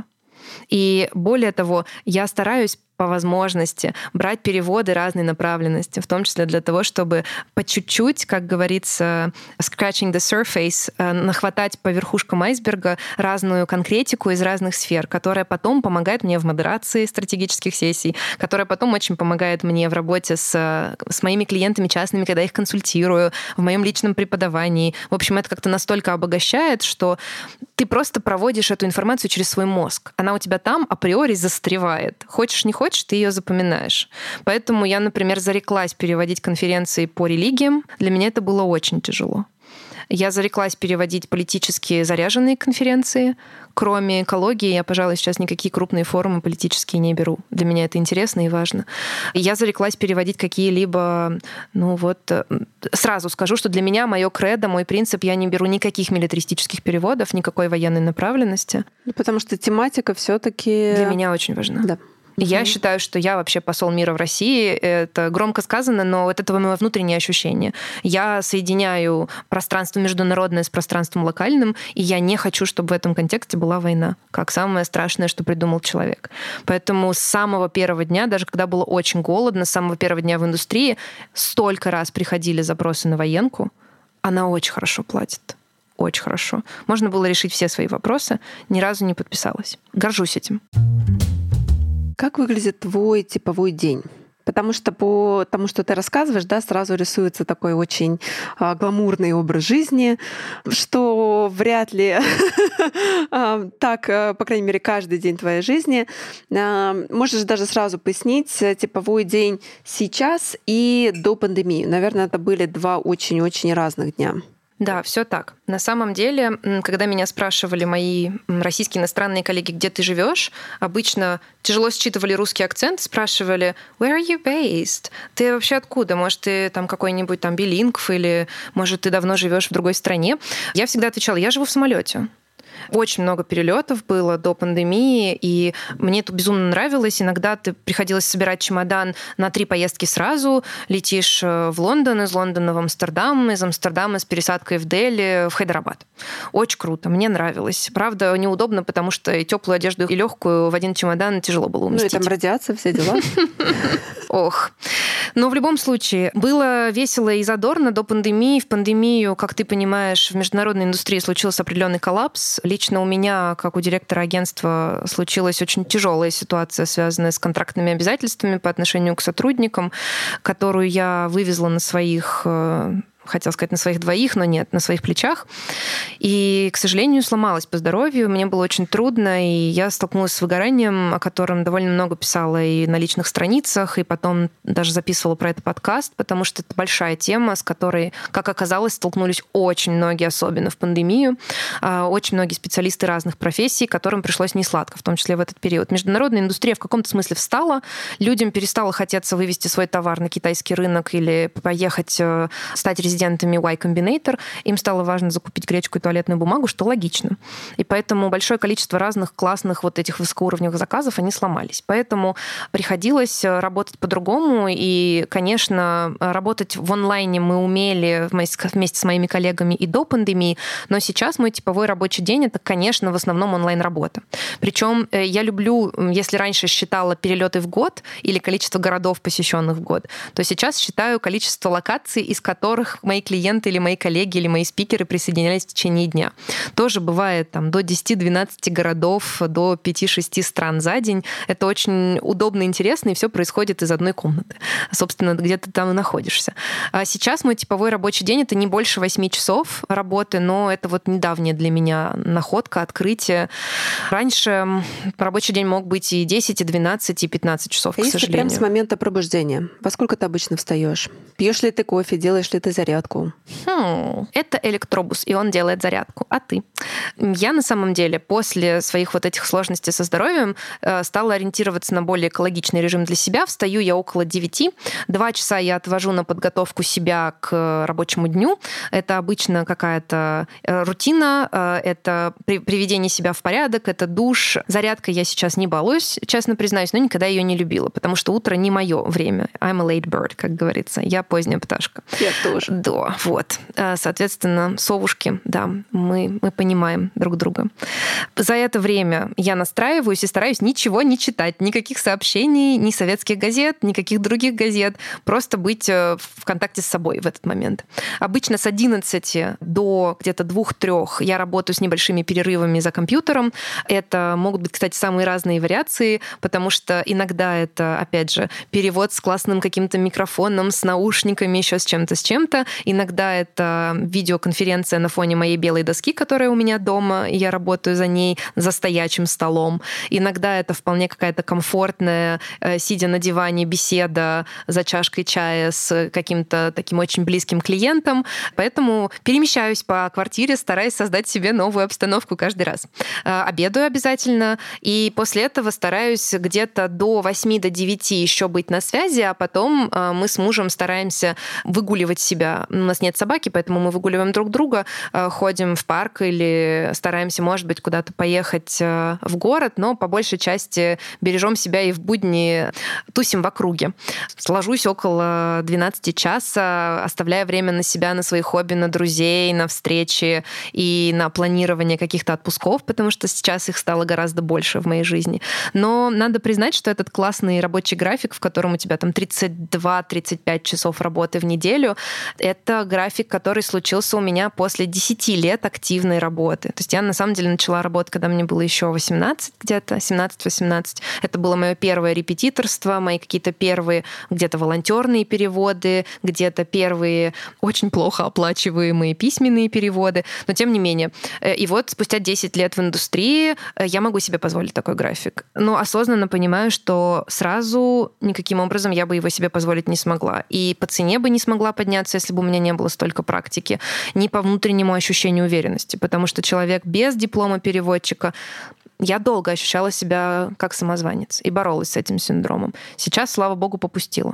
И более того, я стараюсь по возможности брать переводы разной направленности, в том числе для того, чтобы по чуть-чуть, как говорится, scratching the surface, нахватать по верхушкам айсберга разную конкретику из разных сфер, которая потом помогает мне в модерации стратегических сессий, которая потом очень помогает мне в работе с моими клиентами частными, когда я их консультирую, в моем личном преподавании. В общем, это как-то настолько обогащает, что ты просто проводишь эту информацию через свой мозг. Она у тебя там априори застревает. Хочешь, не хочешь, ты ее запоминаешь. Поэтому я, например, зареклась переводить конференции по религиям. Для меня это было очень тяжело. Я зареклась переводить политически заряженные конференции. Кроме экологии, я, пожалуй, сейчас никакие крупные форумы политические не беру. Для меня это интересно и важно. Я зареклась переводить какие-либо... Сразу скажу, что для меня мое кредо, мой принцип, я не беру никаких милитаристических переводов, никакой военной направленности. Потому что тематика все-таки для меня очень важна. Да. Я считаю, что я вообще посол мира в России. Это громко сказано, но вот это мое внутреннее ощущение. Я соединяю пространство международное с пространством локальным, и я не хочу, чтобы в этом контексте была война, как самое страшное, что придумал человек. Поэтому с самого первого дня, даже когда было очень голодно, с самого первого дня в индустрии, столько раз приходили запросы на военку. Она очень хорошо платит. Очень хорошо. Можно было решить все свои вопросы. Ни разу не подписалась. Горжусь этим. Как выглядит твой типовой день? Потому что по тому, что ты рассказываешь, да, сразу рисуется такой очень гламурный образ жизни, что вряд ли так, по крайней мере, каждый день твоей жизни. Можешь даже сразу пояснить типовой день сейчас и до пандемии. Наверное, это были 2 очень-очень разных дня. Да, все так. На самом деле, когда меня спрашивали мои российские иностранные коллеги, где ты живешь, обычно тяжело считывали русский акцент, спрашивали «Where are you based?» Ты вообще откуда? Может, ты там какой-нибудь там билингв или, может, ты давно живешь в другой стране? Я всегда отвечала «Я живу в самолете». Очень много перелетов было до пандемии, и мне это безумно нравилось. Иногда приходилось собирать чемодан на 3 поездки сразу. Летишь в Лондон, из Лондона в Амстердам, из Амстердама с пересадкой в Дели, в Хайдарабад. Очень круто, мне нравилось. Правда, неудобно, потому что теплую одежду и легкую в один чемодан тяжело было уместить. Ну и там радиация, все дела. Ох. Но в любом случае, было весело и задорно до пандемии. В пандемию, как ты понимаешь, в международной индустрии случился определенный коллапс. Лично у меня, как у директора агентства, случилась очень тяжелая ситуация, связанная с контрактными обязательствами по отношению к сотрудникам, которую я вывезла на своих... хотела сказать, на своих двоих, но нет, на своих плечах. И, к сожалению, сломалась по здоровью. Мне было очень трудно, и я столкнулась с выгоранием, о котором довольно много писала и на личных страницах, и потом даже записывала про это подкаст, потому что это большая тема, с которой, как оказалось, столкнулись очень многие, особенно в пандемию. Очень многие специалисты разных профессий, которым пришлось несладко, в том числе в этот период. Международная индустрия в каком-то смысле встала, людям перестало хотеться вывести свой товар на китайский рынок или поехать стать резидентами Y Combinator, им стало важно закупить гречку и туалетную бумагу, что логично. И поэтому большое количество разных классных вот этих высокоуровневых заказов, они сломались. Поэтому приходилось работать по-другому. И, конечно, работать в онлайне мы умели вместе с моими коллегами и до пандемии, но сейчас мой типовой рабочий день — это, конечно, в основном онлайн-работа. Причем я люблю, если раньше считала перелеты в год или количество городов, посещенных в год, то сейчас считаю количество локаций, из которых мои клиенты или мои коллеги или мои спикеры присоединялись в течение дня. Тоже бывает там до 10-12 городов, до 5-6 стран за день. Это очень удобно и интересно, и все происходит из одной комнаты. Собственно, где ты там и находишься. А сейчас мой типовой рабочий день — это не больше 8 часов работы, но это вот недавняя для меня находка, открытие. Раньше рабочий день мог быть и 10, и 12, и 15 часов, к сожалению. Если прямо с момента пробуждения, во сколько ты обычно встаешь? Пьешь ли ты кофе, делаешь ли ты зарядку? Это электробус, и он делает зарядку. А ты? Я на самом деле после своих вот этих сложностей со здоровьем стала ориентироваться на более экологичный режим для себя. Встаю я около 9. 2 часа я отвожу на подготовку себя к рабочему дню. Это обычно какая-то рутина, это приведение себя в порядок, это душ. Зарядкой я сейчас не балуюсь, честно признаюсь, но никогда ее не любила, потому что утро не мое время. I'm a late bird, как говорится. Я поздняя пташка. Я тоже. Да, вот. Соответственно, совушки, да, мы понимаем друг друга. За это время я настраиваюсь и стараюсь ничего не читать, никаких сообщений, ни советских газет, никаких других газет, просто быть в контакте с собой в этот момент. Обычно с 11 до где-то 2-3 я работаю с небольшими перерывами за компьютером. Это могут быть, кстати, самые разные вариации, потому что иногда это, опять же, перевод с классным каким-то микрофоном, с наушниками, еще с чем-то. иногда это видеоконференция на фоне моей белой доски, которая у меня дома, и я работаю за ней за стоячим столом. Иногда это вполне какая-то комфортная, сидя на диване, беседа за чашкой чая с каким-то таким очень близким клиентом. Поэтому перемещаюсь по квартире, стараясь создать себе новую обстановку каждый раз. Обедаю обязательно, и после этого стараюсь где-то до 8 до 9 еще быть на связи, а потом мы с мужем стараемся выгуливать себя. У нас нет собаки, поэтому мы выгуливаем друг друга, ходим в парк или стараемся, может быть, куда-то поехать в город, но по большей части бережем себя и в будни тусим в округе. Ложусь около 12 часа, оставляя время на себя, на свои хобби, на друзей, на встречи и на планирование каких-то отпусков, потому что сейчас их стало гораздо больше в моей жизни. Но надо признать, что этот классный рабочий график, в котором у тебя там 32-35 часов работы в неделю, это график, который случился у меня после 10 лет активной работы. То есть я на самом деле начала работать, когда мне было еще 18 где-то, 17-18. Это было мое первое репетиторство, мои какие-то первые где-то волонтерные переводы, где-то первые очень плохо оплачиваемые письменные переводы. Но тем не менее. И вот спустя 10 лет в индустрии я могу себе позволить такой график. Но осознанно понимаю, что сразу никаким образом я бы его себе позволить не смогла. И по цене бы не смогла подняться, если бы у меня не было столько практики, ни по внутреннему ощущению уверенности. Потому что человек без диплома переводчика, я долго ощущала себя как самозванец и боролась с этим синдромом. Сейчас, слава богу, попустила.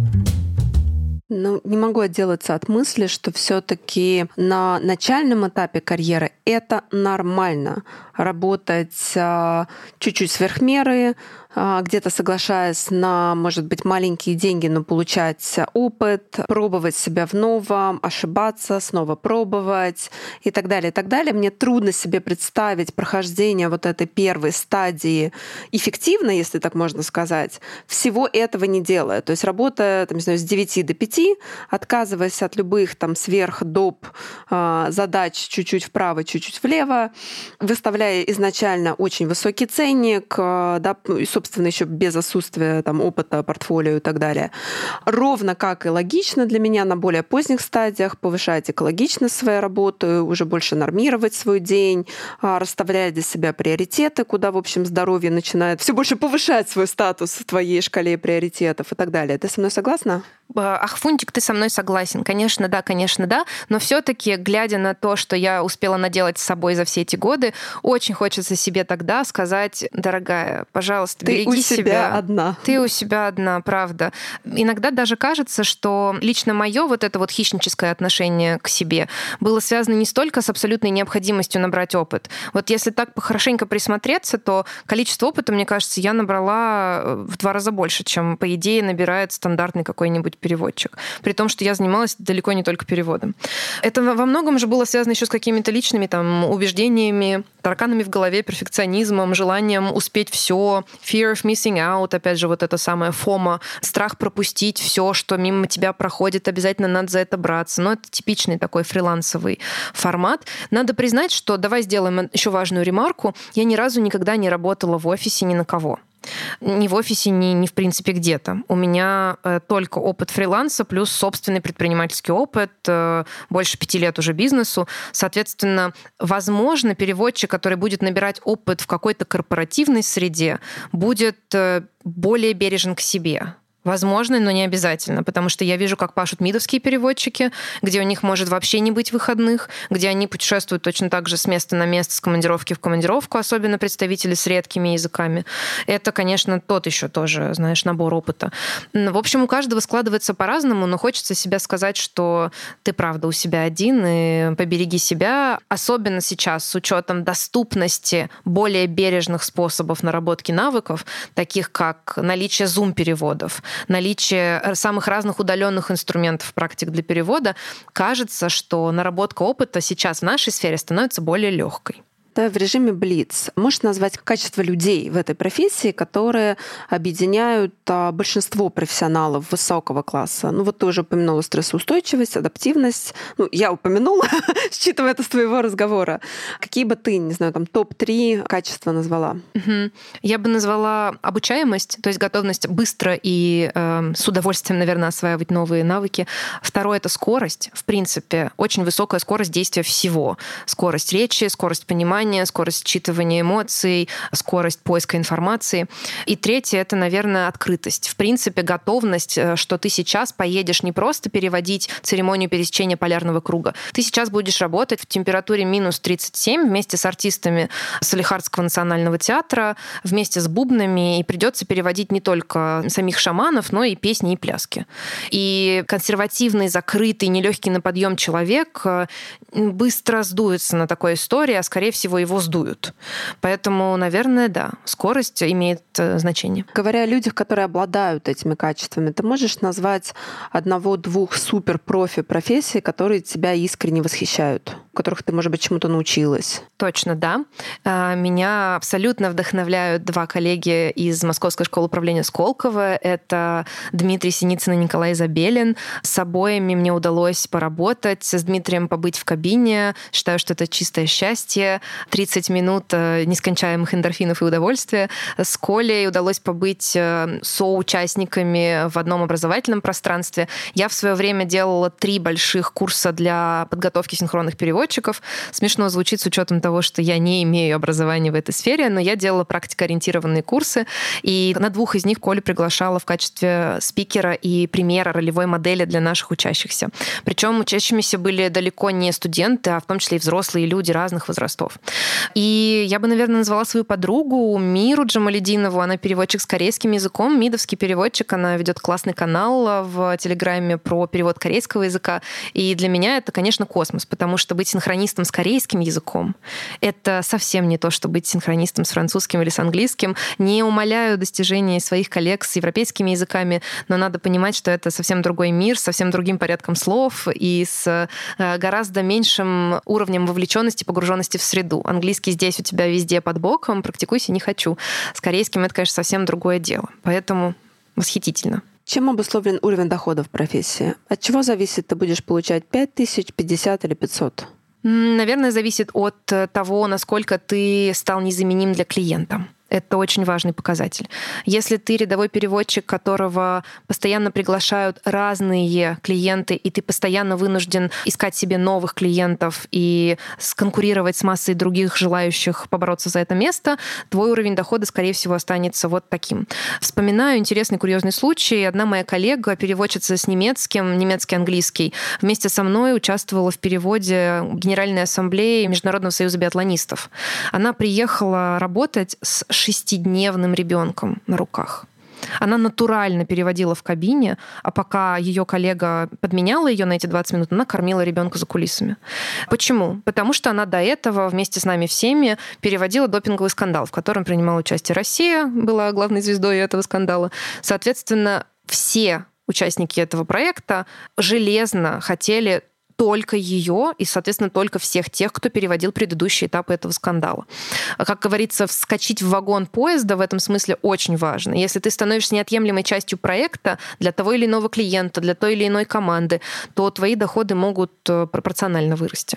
Ну, не могу отделаться от мысли, что все-таки на начальном этапе карьеры это нормально работать чуть-чуть сверх меры, где-то соглашаясь на, может быть, маленькие деньги, но получать опыт, пробовать себя в новом, ошибаться, снова пробовать и так далее, и так далее. Мне трудно себе представить прохождение вот этой первой стадии эффективно, если так можно сказать, всего этого не делая. То есть работая, там, не знаю, с 9 до 5, отказываясь от любых там сверхдоп задач чуть-чуть вправо, чуть-чуть влево, выставляя изначально очень высокий ценник, да, и, собственно, еще без отсутствия там, опыта, портфолио и так далее. Ровно как и логично для меня на более поздних стадиях повышать экологичность своей работы, уже больше нормировать свой день, расставляя для себя приоритеты, куда, в общем, здоровье начинает все больше повышать свой статус в твоей шкале приоритетов и так далее. Ты со мной согласна? Ах, Фунтик, ты со мной согласен. Конечно, да. Но все-таки, глядя на то, что я успела наделать с собой за все эти годы, очень хочется себе тогда сказать: дорогая, пожалуйста, береги себя. Ты у себя одна. Ты у себя одна, правда. Иногда даже кажется, что лично мое вот это вот хищническое отношение к себе было связано не столько с абсолютной необходимостью набрать опыт. Вот если так хорошенько присмотреться, то количество опыта, мне кажется, я набрала в 2 раза больше, чем, по идее, набирает стандартный какой-нибудь переводчик. При том, что я занималась далеко не только переводом. Это во многом же было связано еще с какими-то личными там убеждениями, тараканами в голове, перфекционизмом, желанием успеть все, fear of missing out, опять же, вот это самое FOMO, страх пропустить все, что мимо тебя проходит, обязательно надо за это браться. Но это типичный такой фрилансовый формат. Надо признать, что, давай сделаем еще важную ремарку, я ни разу никогда не работала в офисе ни на кого. Ни в офисе, ни в принципе где-то. У меня только опыт фриланса плюс собственный предпринимательский опыт, больше 5 лет уже бизнесу. Соответственно, возможно, переводчик, который будет набирать опыт в какой-то корпоративной среде, будет более бережен к себе. Возможно, но не обязательно, потому что я вижу, как пашут мидовские переводчики, где у них может вообще не быть выходных, где они путешествуют точно так же с места на место, с командировки в командировку, особенно представители с редкими языками. Это, конечно, тот еще тоже, знаешь, набор опыта. В общем, у каждого складывается по-разному, но хочется себе сказать, что ты правда у себя один, и побереги себя, особенно сейчас с учетом доступности более бережных способов наработки навыков, таких как наличие Zoom-переводов, наличие самых разных удаленных инструментов практик для перевода, кажется, что наработка опыта сейчас в нашей сфере становится более легкой. Да, в режиме Блиц. Можешь назвать качество людей в этой профессии, которые объединяют большинство профессионалов высокого класса? Ну вот ты уже упомянула стрессоустойчивость, адаптивность. Ну, я упомянула, считывая это с твоего разговора. Какие бы ты, не знаю, там топ-3 качества назвала? Я бы назвала обучаемость, то есть готовность быстро и с удовольствием, наверное, осваивать новые навыки. Второе — это скорость. В принципе, очень высокая скорость действия всего. Скорость речи, скорость понимания, скорость считывания эмоций, скорость поиска информации. И третье — это, наверное, открытость. В принципе, готовность, что ты сейчас поедешь не просто переводить церемонию пересечения полярного круга. Ты сейчас будешь работать в температуре минус 37 вместе с артистами Салехардского национального театра, вместе с бубнами, и придется переводить не только самих шаманов, но и песни и пляски. И консервативный, закрытый, нелегкий на подъем человек быстро сдуется на такой истории, а скорее всего его сдуют. Поэтому, наверное, да, скорость имеет значение. Говоря о людях, которые обладают этими качествами, ты можешь назвать одного-двух суперпрофи профессий, которые тебя искренне восхищают, у которых ты, может быть, чему-то научилась? Точно, да. Меня абсолютно вдохновляют два коллеги из Московской школы управления Сколково. Это Дмитрий Синицын и Николай Забелин. С обоими мне удалось поработать, с Дмитрием побыть в кабине. Считаю, что это чистое счастье. 30 минут нескончаемых эндорфинов и удовольствия. С Колей удалось побыть соучастниками в одном образовательном пространстве. Я в свое время делала 3 больших курса для подготовки синхронных переводчиков. Смешно звучит с учетом того, что я не имею образования в этой сфере, но я делала практикоориентированные курсы, и на 2 из них Колю приглашала в качестве спикера и примера ролевой модели для наших учащихся. Причем учащимися были далеко не студенты, а в том числе и взрослые люди разных возрастов. И я бы, наверное, назвала свою подругу Миру Джамалединову. Она переводчик с корейским языком, мидовский переводчик. Она ведет классный канал в Телеграме про перевод корейского языка. И для меня это, конечно, космос, потому что быть синхронистом с корейским языком — это совсем не то, что быть синхронистом с французским или с английским. Не умаляю достижений своих коллег с европейскими языками, но надо понимать, что это совсем другой мир, с совсем другим порядком слов и с гораздо меньшим уровнем вовлеченности, погруженности в среду. Английский здесь у тебя везде под боком, практикуйся, не хочу. С корейским это, конечно, совсем другое дело. Поэтому восхитительно. Чем обусловлен уровень дохода в профессии? От чего зависит, ты будешь получать 5000, 50 или 500? Наверное, зависит от того, насколько ты стал незаменим для клиента. Это очень важный показатель. Если ты рядовой переводчик, которого постоянно приглашают разные клиенты, и ты постоянно вынужден искать себе новых клиентов и конкурировать с массой других желающих побороться за это место, твой уровень дохода, скорее всего, останется вот таким. Вспоминаю интересный курьезный случай. Одна моя коллега, переводчица с немецким, немецкий-английский, вместе со мной участвовала в переводе Генеральной ассамблеи Международного союза биатлонистов. Она приехала работать с 6-дневным ребенком на руках. Она натурально переводила в кабине, а пока ее коллега подменяла ее на эти 20 минут, она кормила ребенка за кулисами. Почему? Потому что она до этого вместе с нами всеми переводила допинговый скандал, в котором принимала участие Россия, была главной звездой этого скандала. Соответственно, все участники этого проекта железно хотели только ее и, соответственно, только всех тех, кто переводил предыдущие этапы этого скандала. Как говорится, вскочить в вагон поезда в этом смысле очень важно. Если ты становишься неотъемлемой частью проекта для того или иного клиента, для той или иной команды, то твои доходы могут пропорционально вырасти.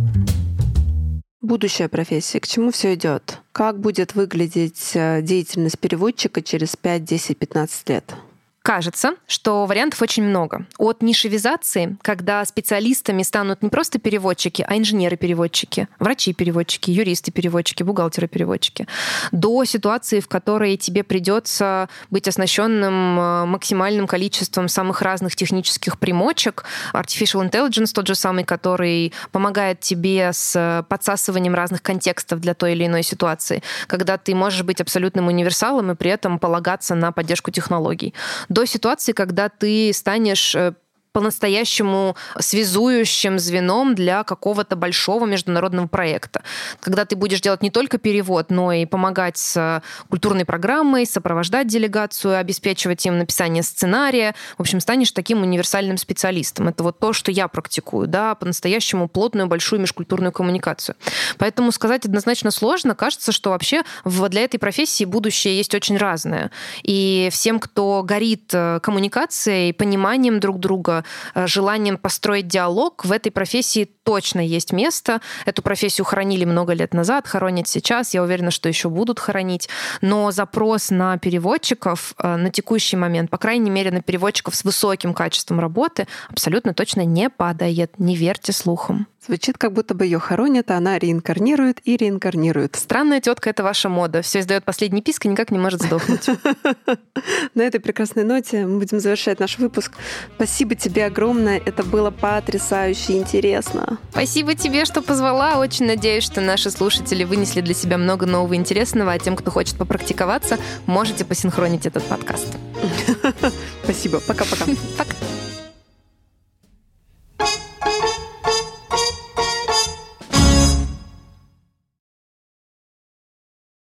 Будущая профессия. К чему все идет? Как будет выглядеть деятельность переводчика через 5, 10, 15 лет? Кажется, что вариантов очень много. От нишевизации, когда специалистами станут не просто переводчики, а инженеры-переводчики, врачи-переводчики, юристы-переводчики, бухгалтеры-переводчики, до ситуации, в которой тебе придется быть оснащенным максимальным количеством самых разных технических примочек. Artificial Intelligence тот же самый, который помогает тебе с подсасыванием разных контекстов для той или иной ситуации, когда ты можешь быть абсолютным универсалом и при этом полагаться на поддержку технологий. До ситуации, когда ты станешь по-настоящему связующим звеном для какого-то большого международного проекта. Когда ты будешь делать не только перевод, но и помогать с культурной программой, сопровождать делегацию, обеспечивать им написание сценария. В общем, станешь таким универсальным специалистом. Это вот то, что я практикую, да, по-настоящему плотную, большую межкультурную коммуникацию. Поэтому сказать однозначно сложно. Кажется, что вообще для этой профессии будущее есть очень разное. И всем, кто горит коммуникацией, пониманием друг друга, желанием построить диалог, в этой профессии точно есть место. Эту профессию хоронили много лет назад, хоронят сейчас. Я уверена, что еще будут хоронить. Но запрос на переводчиков на текущий момент, по крайней мере, на переводчиков с высоким качеством работы, абсолютно точно не падает. Не верьте слухам. Звучит, как будто бы ее хоронят, а она реинкарнирует и реинкарнирует. Странная тетка — это ваша мода. Все издает последний писк и никак не может сдохнуть. На этой прекрасной ноте мы будем завершать наш выпуск. Спасибо тебе огромное. Это было потрясающе интересно. Спасибо тебе, что позвала. Очень надеюсь, что наши слушатели вынесли для себя много нового интересного. А тем, кто хочет попрактиковаться, можете посинхронить этот подкаст. Спасибо. Пока-пока. Пока.